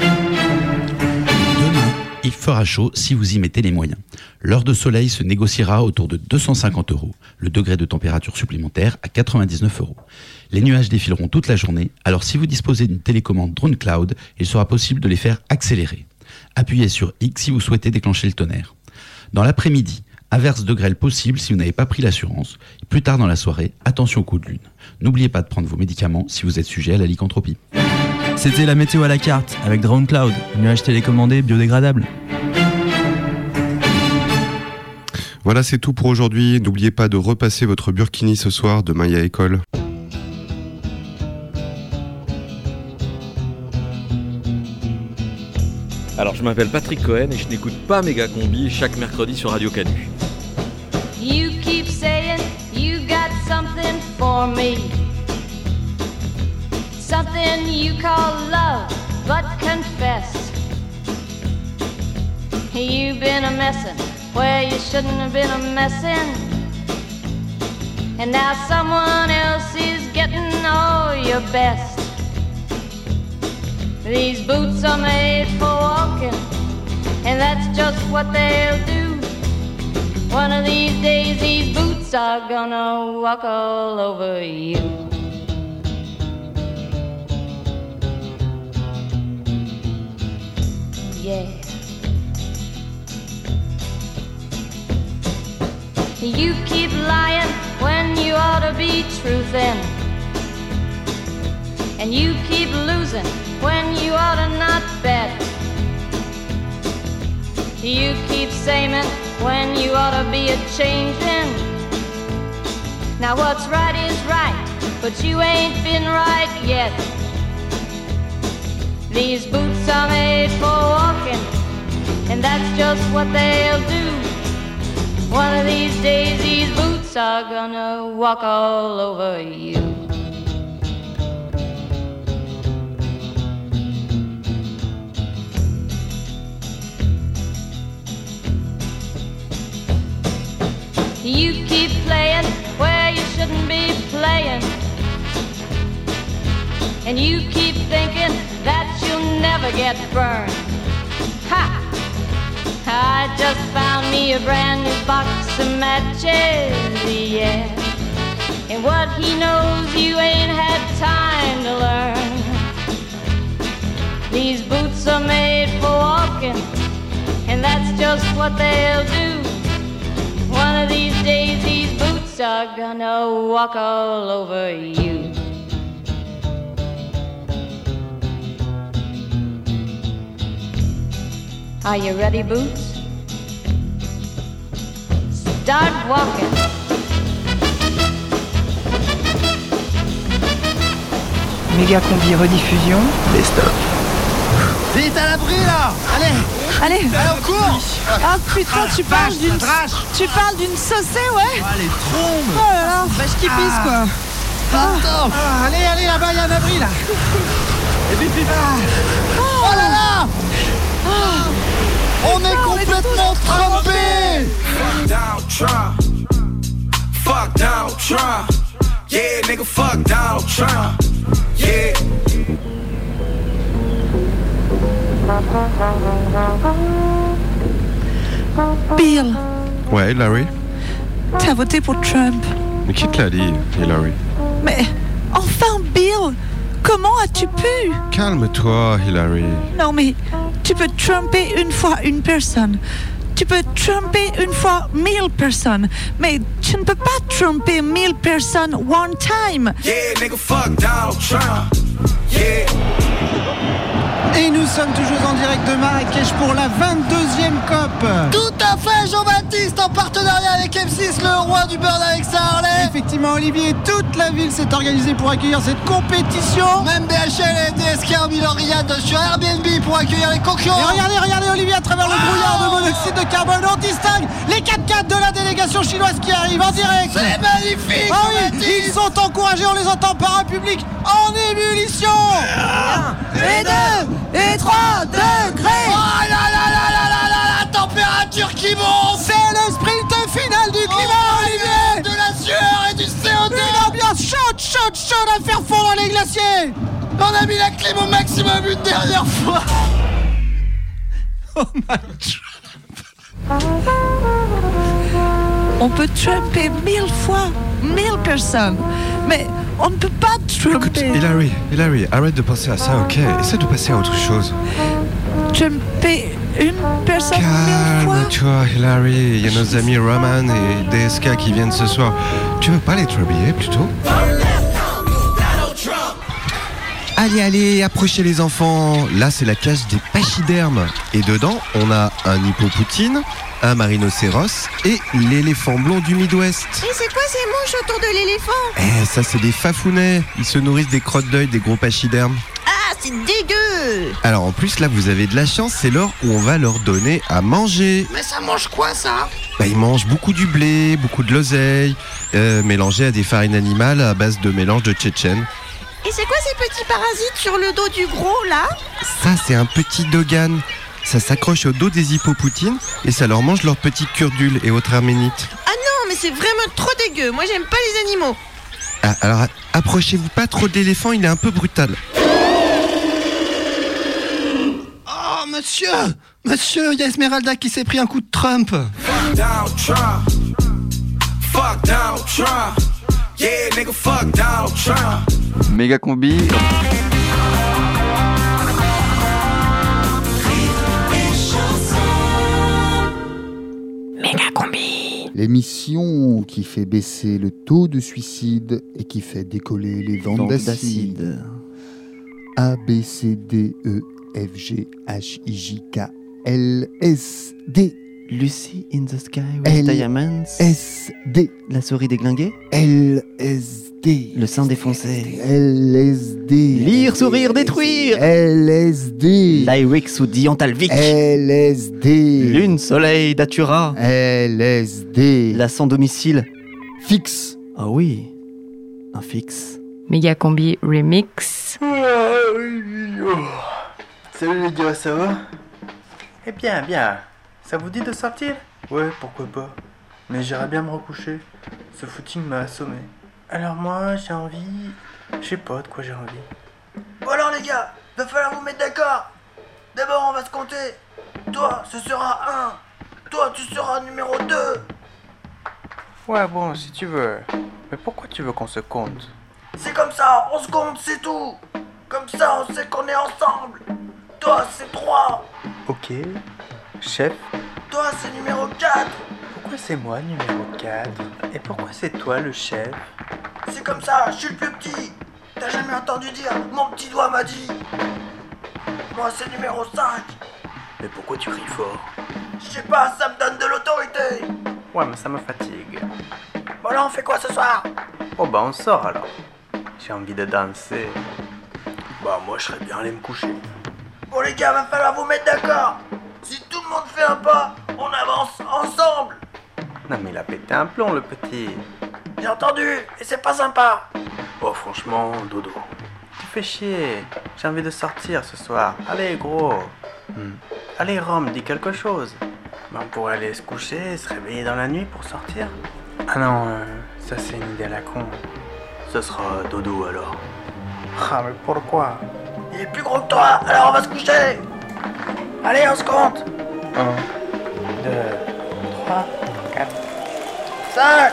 Demain, il fera chaud si vous y mettez les moyens. L'heure de soleil se négociera autour de 250 €, le degré de température supplémentaire à 99 €. Les nuages défileront toute la journée, alors si vous disposez d'une télécommande Drone Cloud, il sera possible de les faire accélérer. Appuyez sur X si vous souhaitez déclencher le tonnerre. Dans l'après-midi, averse de grêle possible si vous n'avez pas pris l'assurance. Plus tard dans la soirée, attention au coup de lune. N'oubliez pas de prendre vos médicaments si vous êtes sujet à la lycanthropie. C'était la météo à la carte avec Drone Cloud, nuage télécommandé biodégradable. Voilà, c'est tout pour aujourd'hui. N'oubliez pas de repasser votre burkini ce soir, demain il y a école. Alors je m'appelle Patrick Cohen et je n'écoute pas Méga Combi chaque mercredi sur Radio Canu. You keep saying you got something for me. Something you call love, but confess. You've been a messin' where you shouldn't have been a messin'. And now someone else is getting all your best. These boots are made for walking, and that's just what they'll do. One of these days these boots are gonna walk all over you. Yeah. You keep lying when you ought to be truthin', and you keep losing when you ought to not bet. You keep saying when you ought to be a-changin'. Now what's right is right, but you ain't been right yet. These boots are made for walking, and that's just what they'll do. One of these days these boots are gonna walk all over you. You keep playing where you shouldn't be and you keep thinking that you'll never get burned. Ha! I just found me a brand new box of matches, yeah. And what he knows you ain't had time to learn. These boots are made for walking, and that's just what they'll do. One of these days these boots are gonna walk all over you. Are you ready, Boots? Start walking. Méga combi rediffusion. Best of. Vite à l'abri là. Allez, on court. Ah putain, tu parles d'une saucée, ouais. Ah, les trombes. Oh là là, vache qui pisse quoi. Allez, là-bas, il y a un abri là. Oh là là. On est complètement trempés. Fuck Donald Trump. Fuck Donald Trump. Yeah, nigga, fuck Donald Trump. Yeah. Bill. Ouais, Hillary. T'as voté pour Trump. Mais qui te l'a dit, Hillary? Mais enfin, Bill, comment as-tu pu? Calme-toi, Hillary. Non mais tu peux tromper une fois une personne. Tu peux tromper une fois 1000 personnes. Mais tu ne peux pas tromper 1000 personnes one time. Yeah, nigga, fuck Donald Trump. Yeah. Et nous sommes toujours en direct de Marrakech pour la 22e COP. Tout à fait, Jean-Baptiste, en partenariat avec M6, le roi du beurre avec Harley. Effectivement, Olivier, toute la ville s'est organisée pour accueillir cette compétition. Même DHL et DSK ont mis leur riade sur Airbnb pour accueillir les concurrents. Et regardez, Olivier, à travers le brouillard de monoxyde de carbone, on distingue les 4x4 de la délégation chinoise qui arrive en direct. C'est magnifique. Ah oui, ils sont encouragés, on les entend par un public en ébullition. 1 et 2 et 3 degrés. Oh là la température qui monte. C'est le sprint final du climat, Olivier. De la sueur et du CO2. Une ambiance chaude à faire fondre les glaciers. On a mis la clim au maximum une dernière fois. Oh my God. On peut tromper 1000 fois 1000 personnes, mais on ne peut pas tromper. Écoute, Hillary, arrête de penser à ça, ok? Essaie de passer à autre chose. Tromper une personne 1000 fois. Calme-toi, Hillary. Il y a nos amis Roman et DSK qui viennent ce soir. Tu veux pas les trabiller plutôt? Allez, approchez les enfants. Là, c'est la cage des pachydermes. Et dedans, on a un hippopoutine, un marinoceros et l'éléphant blond du Midwest. Et c'est quoi ces mouches autour de l'éléphant? Ça, c'est des fafounets. Ils se nourrissent des crottes d'œil des gros pachydermes. Ah, c'est dégueu! Alors, en plus, là, vous avez de la chance. C'est l'heure où on va leur donner à manger. Mais ça mange quoi, ça? Ils mangent beaucoup du blé, beaucoup de l'oseille, mélangé à des farines animales à base de mélange de tchétchène. Et c'est quoi ces petits parasites sur le dos du gros, là? Ça, c'est un petit dogan. Ça s'accroche au dos des hippopoutines et ça leur mange leurs petits curdules et autres arménites. Ah non, mais c'est vraiment trop dégueu. Moi, j'aime pas les animaux. Ah, alors, approchez-vous pas trop de l'éléphant, il est un peu brutal. Oh, monsieur, il y a Esmeralda qui s'est pris un coup de Trump. Fuck Donald Trump. Fuck Donald Trump. Yeah, nigga, fuck Donald Trump. Méga combi. Méga combi. L'émission qui fait baisser le taux de suicide et qui fait décoller les ventes d'acide. A, B, C, D, E, F, G, H, I, J, K, L, S, D. Lucy in the Sky with Diamonds. LSD. La souris déglinguée. LSD. Le sein défoncé. LSD. Lire, sourire, détruire. LSD. Lyrics ou Diantalvic. LSD. Lune, soleil, Datura. LSD. La sans domicile. Fixe. Ah oui, un fixe. Méga combi remix. Salut les gars, ça va? Eh bien. Ça vous dit de sortir? Ouais, pourquoi pas. Mais j'irais bien me recoucher. Ce footing m'a assommé. Alors moi, j'ai envie... Je sais pas de quoi j'ai envie. les gars, va falloir vous mettre d'accord. D'abord, on va se compter. Toi, ce sera 1. Toi, tu seras numéro 2. Ouais, bon, si tu veux. Mais pourquoi tu veux qu'on se compte? C'est comme ça, on se compte, c'est tout. Comme ça, on sait qu'on est ensemble. Toi, c'est 3. Ok. Chef. Toi, c'est numéro 4. Pourquoi c'est moi numéro 4? Et pourquoi c'est toi le chef? C'est comme ça, je suis le plus petit. T'as jamais entendu dire, mon petit doigt m'a dit. Moi, c'est numéro 5. Mais pourquoi tu cries fort? Je sais pas, ça me donne de l'autorité. Ouais, mais ça me fatigue. Bon, là, on fait quoi ce soir? Oh bah, on sort alors. J'ai envie de danser. Bah, moi, je serais bien allé me coucher. Bon, les gars, va falloir vous mettre d'accord. Si tout le monde fait un pas, on avance ensemble. Non, mais il a pété un plomb, le petit. J'ai entendu, et c'est pas sympa. Oh, franchement, dodo. Tu fais chier. J'ai envie de sortir ce soir. Allez, gros. Allez, Rome, dis quelque chose. Ben, on pourrait aller se coucher, se réveiller dans la nuit pour sortir. Ah non, ça c'est une idée à la con. Ce sera dodo alors. Ah, mais pourquoi? Il est plus gros que toi, alors on va se coucher. Allez, on se compte. 1, 2, 3, 4, 5.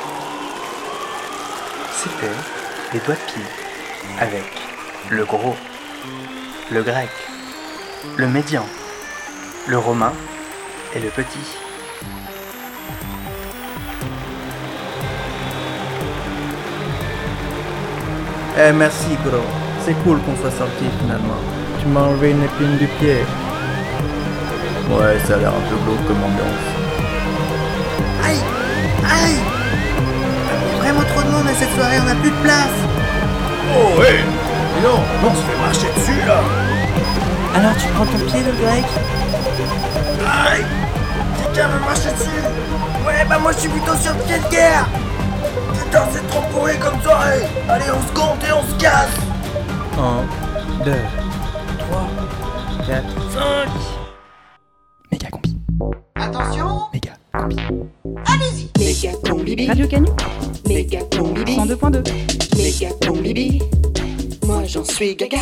C'était les doigts de pied avec le gros, le grec, le médian, le romain et le petit. Eh merci gros, c'est cool qu'on soit sortis finalement. Tu m'as enlevé une épine du pied. Ouais, ça a l'air un peu glauque comme ambiance. Aïe! Aïe! Il y a vraiment trop de monde à cette soirée, on n'a plus de place. Oh ouais! Non, on se fait marcher dessus là! Alors tu prends ton pied le grec? Aïe! Quelqu'un veut marcher dessus? Ouais, bah moi je suis plutôt sur le pied de guerre! Putain, c'est trop pourri comme soirée! Allez, on se compte et on se casse! 1, 2, 3, 4, 5. Méga combi. Attention! Méga combi. Allez-y! Méga combi. Radio Canu. Méga combi. 102.2. Méga combi. Moi j'en suis gaga.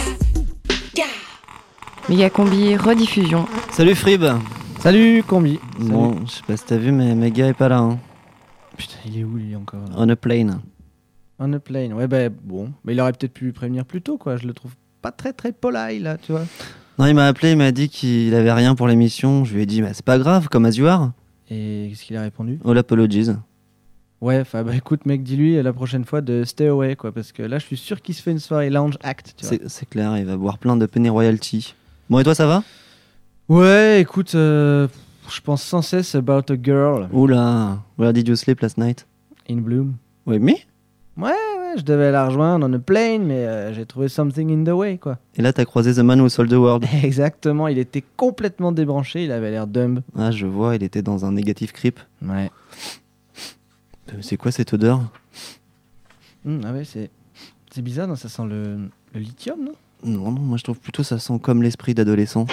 Méga combi, rediffusion. Salut Frib. Salut Combi. Bon, je sais pas si t'as vu, mais Méga est pas là. Hein. Putain, il est où lui encore là? On a plane. On a plane, ouais, bah bon. Mais il aurait peut-être pu prévenir plus tôt, quoi. Je le trouve pas très polite là, tu vois. Non, il m'a appelé, il m'a dit qu'il avait rien pour l'émission. Je lui ai dit, bah, c'est pas grave, comme as you are. Et qu'est-ce qu'il a répondu? All apologies. Ouais, enfin, bah écoute, mec, dis-lui la prochaine fois de stay away, quoi. Parce que là, je suis sûr qu'il se fait une soirée lounge act, tu vois. C'est clair, il va boire plein de Penny Royalty. Bon, et toi, ça va? Ouais, écoute, je pense sans cesse about a girl. Oula, where did you sleep last night? In Bloom. Ouais, mais? Ouais, je devais la rejoindre on a plane, mais j'ai trouvé something in the way, quoi. Et là, t'as croisé The Man Who Sold the World. Exactement, il était complètement débranché, il avait l'air dumb. Ah, je vois, il était dans un négatif creep. Ouais. C'est quoi cette odeur? Ah ouais, c'est bizarre, non, ça sent le lithium, non? Non, moi je trouve plutôt ça sent comme l'esprit d'adolescent.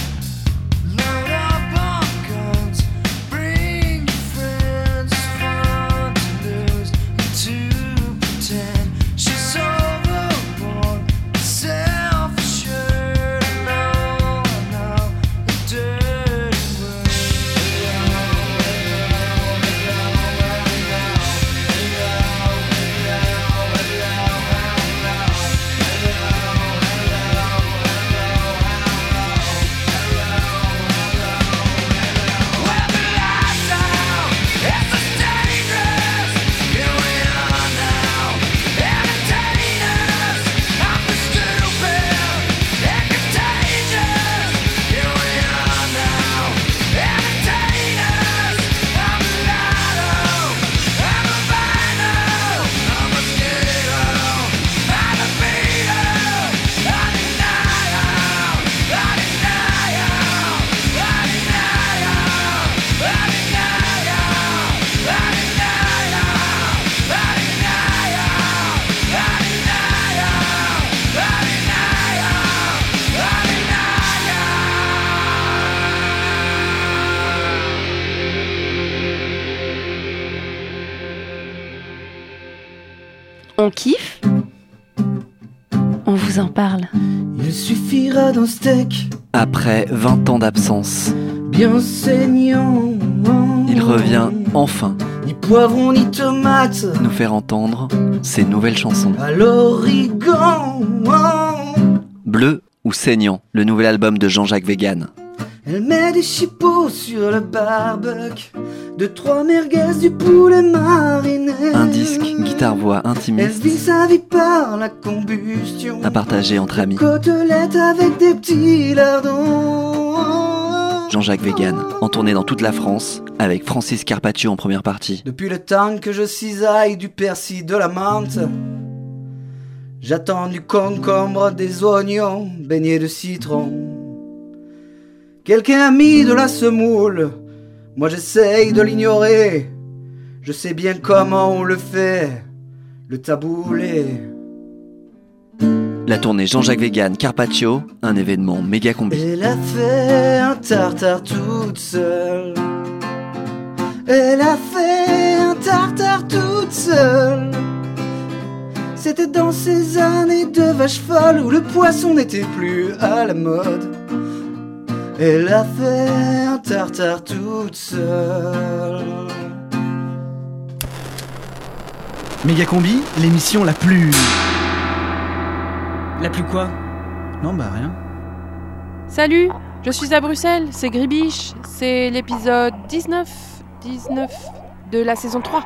Load up on guns, bring your friends, fun. On kiffe. On vous en parle. Il suffira d'un steak. Après 20 ans d'absence, Bien saignant. il revient enfin Ni poivron ni tomate. nous faire entendre ses nouvelles chansons. À l'origan. Bleu ou saignant, le nouvel album de Jean-Jacques Vegan. Elle met des chipots sur le barbecue. 2-3 merguez du poulet mariné. Un disque, guitare-voix Elle intimiste vit sa vie par la combustion. à partager entre amis. Côtelettes avec des petits lardons. Jean-Jacques Vegan, en tournée dans toute la France, avec Francis Carpaccio en première partie. Depuis le temps que je cisaille du persil, de la menthe, j'attends du concombre, des oignons, baignés de citron. Quelqu'un a mis de la semoule, moi j'essaye de l'ignorer. Je sais bien comment on le fait, le taboulé. La tournée Jean-Jacques Vegan, Carpaccio, un événement méga combi. Elle a fait un tartare toute seule. Elle a fait un tartare toute seule. C'était dans ces années de vache folle où le poisson n'était plus à la mode. Elle a fait un tartare toute seule. Méga Combi, l'émission la plus... La plus quoi? Non, bah rien. Salut, je suis à Bruxelles, c'est Gribiche, c'est l'épisode 19 de la saison 3.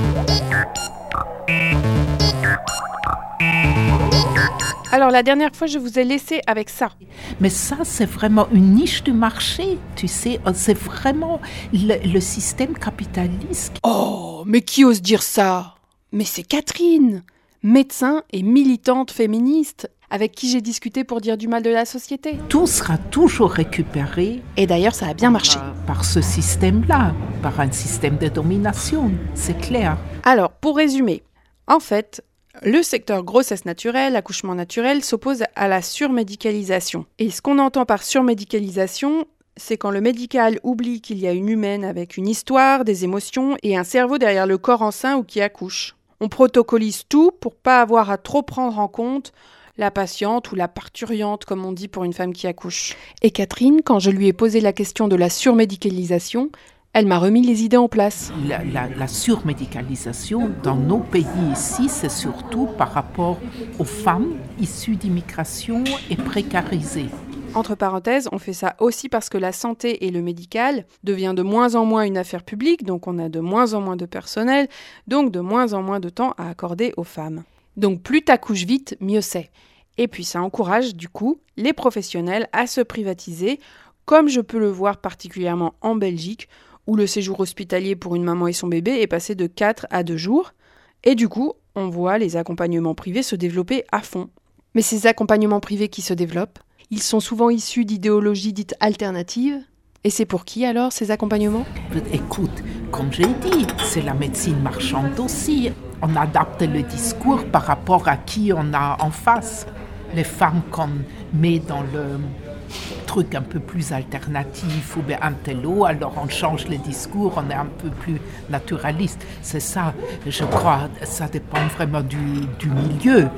Alors la dernière fois, je vous ai laissé avec ça. Mais ça, c'est vraiment une niche du marché, tu sais, c'est vraiment le système capitaliste. Oh, mais qui ose dire ça? Mais c'est Catherine, médecin et militante féministe, avec qui j'ai discuté pour dire du mal de la société. Tout sera toujours récupéré. Et d'ailleurs, ça a bien marché. Par ce système-là, par un système de domination, c'est clair. Alors, pour résumer, en fait, le secteur grossesse naturelle, accouchement naturel, s'oppose à la surmédicalisation. Et ce qu'on entend par surmédicalisation, c'est quand le médical oublie qu'il y a une humaine avec une histoire, des émotions et un cerveau derrière le corps enceint ou qui accouche. On protocolise tout pour pas avoir à trop prendre en compte la patiente ou la parturiente, comme on dit pour une femme qui accouche. Et Catherine, quand je lui ai posé la question de la surmédicalisation, elle m'a remis les idées en place. La surmédicalisation dans nos pays ici, c'est surtout par rapport aux femmes issues d'immigration et précarisées. Entre parenthèses, on fait ça aussi parce que la santé et le médical devient de moins en moins une affaire publique, donc on a de moins en moins de personnel, donc de moins en moins de temps à accorder aux femmes. Donc plus t'accouches vite, mieux c'est. Et puis ça encourage du coup les professionnels à se privatiser, comme je peux le voir particulièrement en Belgique, où le séjour hospitalier pour une maman et son bébé est passé de 4 à 2 jours. Et du coup, on voit les accompagnements privés se développer à fond. Mais ces accompagnements privés qui se développent, ils sont souvent issus d'idéologies dites alternatives. Et c'est pour qui alors ces accompagnements ? Écoute, comme j'ai dit, c'est la médecine marchande aussi. On adapte le discours par rapport à qui on a en face. Les femmes qu'on met dans le truc un peu plus alternatif ou bien intello, alors on change le discours, on est un peu plus naturaliste. C'est ça, je crois, ça dépend vraiment du milieu.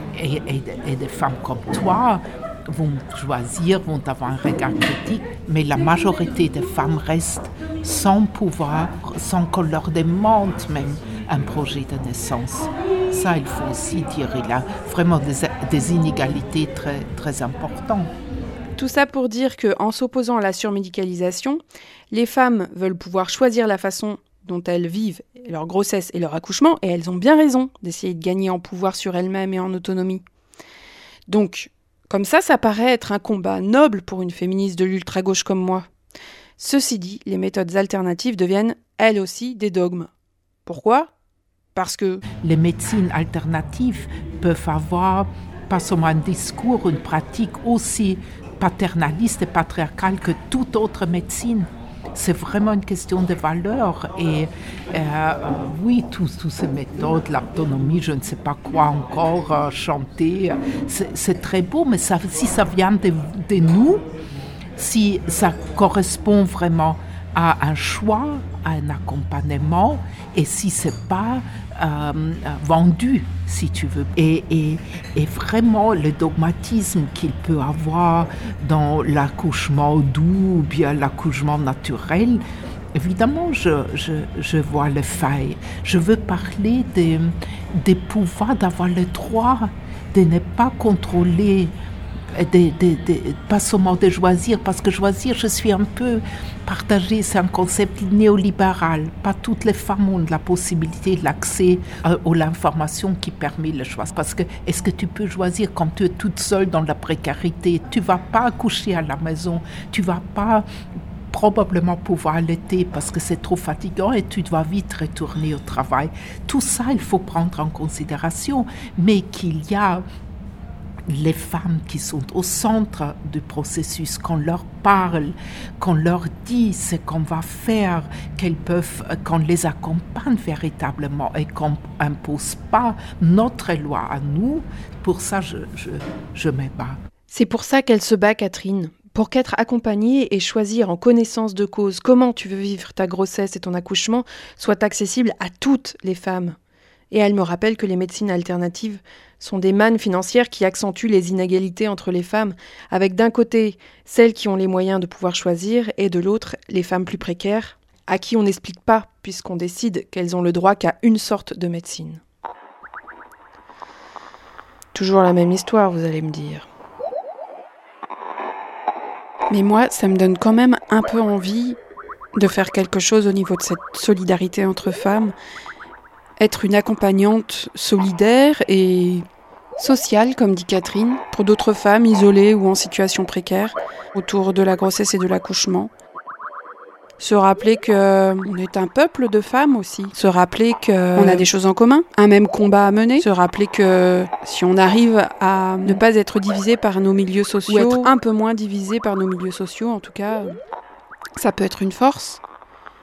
Et des femmes comme toi vont choisir, vont avoir un regard critique, mais la majorité des femmes restent sans pouvoir, sans qu'on leur demande même un projet de naissance. Ça, il faut aussi dire, il y a vraiment des inégalités très, très importantes. Tout ça pour dire qu'en s'opposant à la surmédicalisation, les femmes veulent pouvoir choisir la façon dont elles vivent leur grossesse et leur accouchement, et elles ont bien raison d'essayer de gagner en pouvoir sur elles-mêmes et en autonomie. Donc, comme ça paraît être un combat noble pour une féministe de l'ultra-gauche comme moi. Ceci dit, les méthodes alternatives deviennent, elles aussi, des dogmes. Pourquoi ? Parce que les médecines alternatives peuvent avoir pas seulement un discours, une pratique aussi paternaliste et patriarcale que toute autre médecine. C'est vraiment une question de valeur. Et oui, toutes ces méthodes, l'autonomie, je ne sais pas quoi encore, chanter, c'est très beau, mais si ça vient de nous, si ça correspond vraiment a un choix, un accompagnement, et si c'est pas vendu, si tu veux. Et vraiment, le dogmatisme qu'il peut avoir dans l'accouchement doux ou bien l'accouchement naturel, évidemment, je vois les failles. Je veux parler des pouvoirs, d'avoir le droit de ne pas contrôler, pas seulement de choisir, parce que choisir, je suis un peu partagée, c'est un concept néolibéral. Pas toutes les femmes ont la possibilité, l'accès à l'information qui permet le choix. Parce que est-ce que tu peux choisir quand tu es toute seule dans la précarité? Tu vas pas accoucher à la maison, tu vas pas probablement pouvoir allaiter parce que c'est trop fatigant et tu dois vite retourner au travail. Tout ça, il faut prendre en considération, mais qu'il y a les femmes qui sont au centre du processus, qu'on leur parle, qu'on leur dit ce qu'on va faire, qu'on les accompagne véritablement et qu'on n'impose pas notre loi à nous. Pour ça, je me bats. C'est pour ça qu'elle se bat, Catherine. Pour qu'être accompagnée et choisir en connaissance de cause comment tu veux vivre ta grossesse et ton accouchement soit accessible à toutes les femmes. Et elle me rappelle que les médecines alternatives sont des mannes financières qui accentuent les inégalités entre les femmes, avec d'un côté celles qui ont les moyens de pouvoir choisir et de l'autre les femmes plus précaires, à qui on n'explique pas puisqu'on décide qu'elles ont le droit qu'à une sorte de médecine. Toujours la même histoire, vous allez me dire. Mais moi, ça me donne quand même un peu envie de faire quelque chose au niveau de cette solidarité entre femmes, être une accompagnante solidaire et sociale, comme dit Catherine, pour d'autres femmes isolées ou en situation précaire, autour de la grossesse et de l'accouchement. Se rappeler qu'on est un peuple de femmes aussi. Se rappeler qu'on a des choses en commun, un même combat à mener. Se rappeler que si on arrive à ne pas être divisé par nos milieux sociaux, ou être un peu moins divisé par nos milieux sociaux, en tout cas, ça peut être une force. Non ?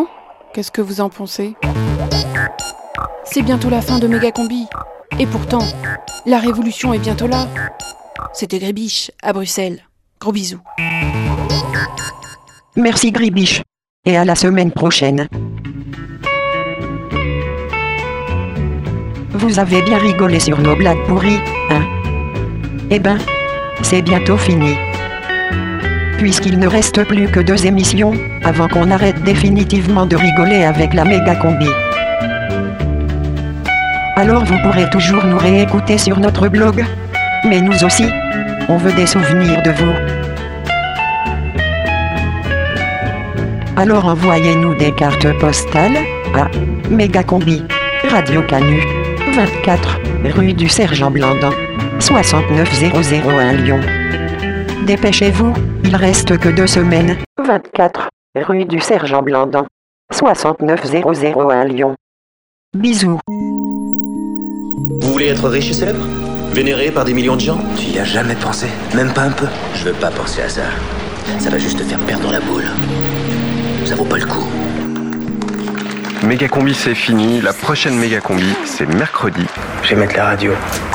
Qu'est-ce que vous en pensez ? C'est bientôt la fin de Mégacombi. Et pourtant, la révolution est bientôt là. C'était Grébiche, à Bruxelles. Gros bisous. Merci Grébiche. Et à la semaine prochaine. Vous avez bien rigolé sur nos blagues pourries, hein? Eh ben, c'est bientôt fini. Puisqu'il ne reste plus que 2 émissions, avant qu'on arrête définitivement de rigoler avec la Mégacombi. Alors vous pourrez toujours nous réécouter sur notre blog. Mais nous aussi, on veut des souvenirs de vous. Alors envoyez-nous des cartes postales à Mégacombi, Radio Canu, 24, rue du Sergent Blandan, 69001 Lyon. Dépêchez-vous, il reste que 2 semaines. 24, rue du Sergent Blandan, 69001 Lyon. Bisous. Vous voulez être riche et célèbre? Vénéré par des millions de gens? Tu y as jamais pensé? Même pas un peu? Je veux pas penser à ça. Ça va juste te faire perdre la boule. Ça vaut pas le coup. Mégacombi, c'est fini. La prochaine Mégacombi, c'est mercredi. Je vais mettre la radio.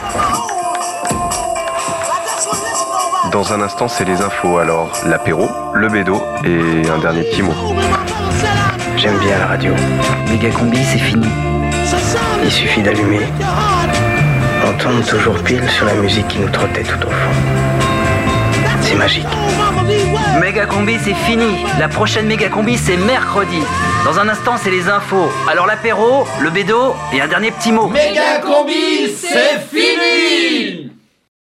Dans un instant, c'est les infos. Alors, l'apéro, le bédo et un dernier petit mot. J'aime bien la radio. Mégacombi, c'est fini. Il suffit d'allumer. On tourne toujours pile sur la musique qui nous trottait tout au fond. C'est magique. Mégacombi, c'est fini. La prochaine Mégacombi, c'est mercredi. Dans un instant, c'est les infos. Alors l'apéro, le bédo et un dernier petit mot. Mégacombi, c'est fini!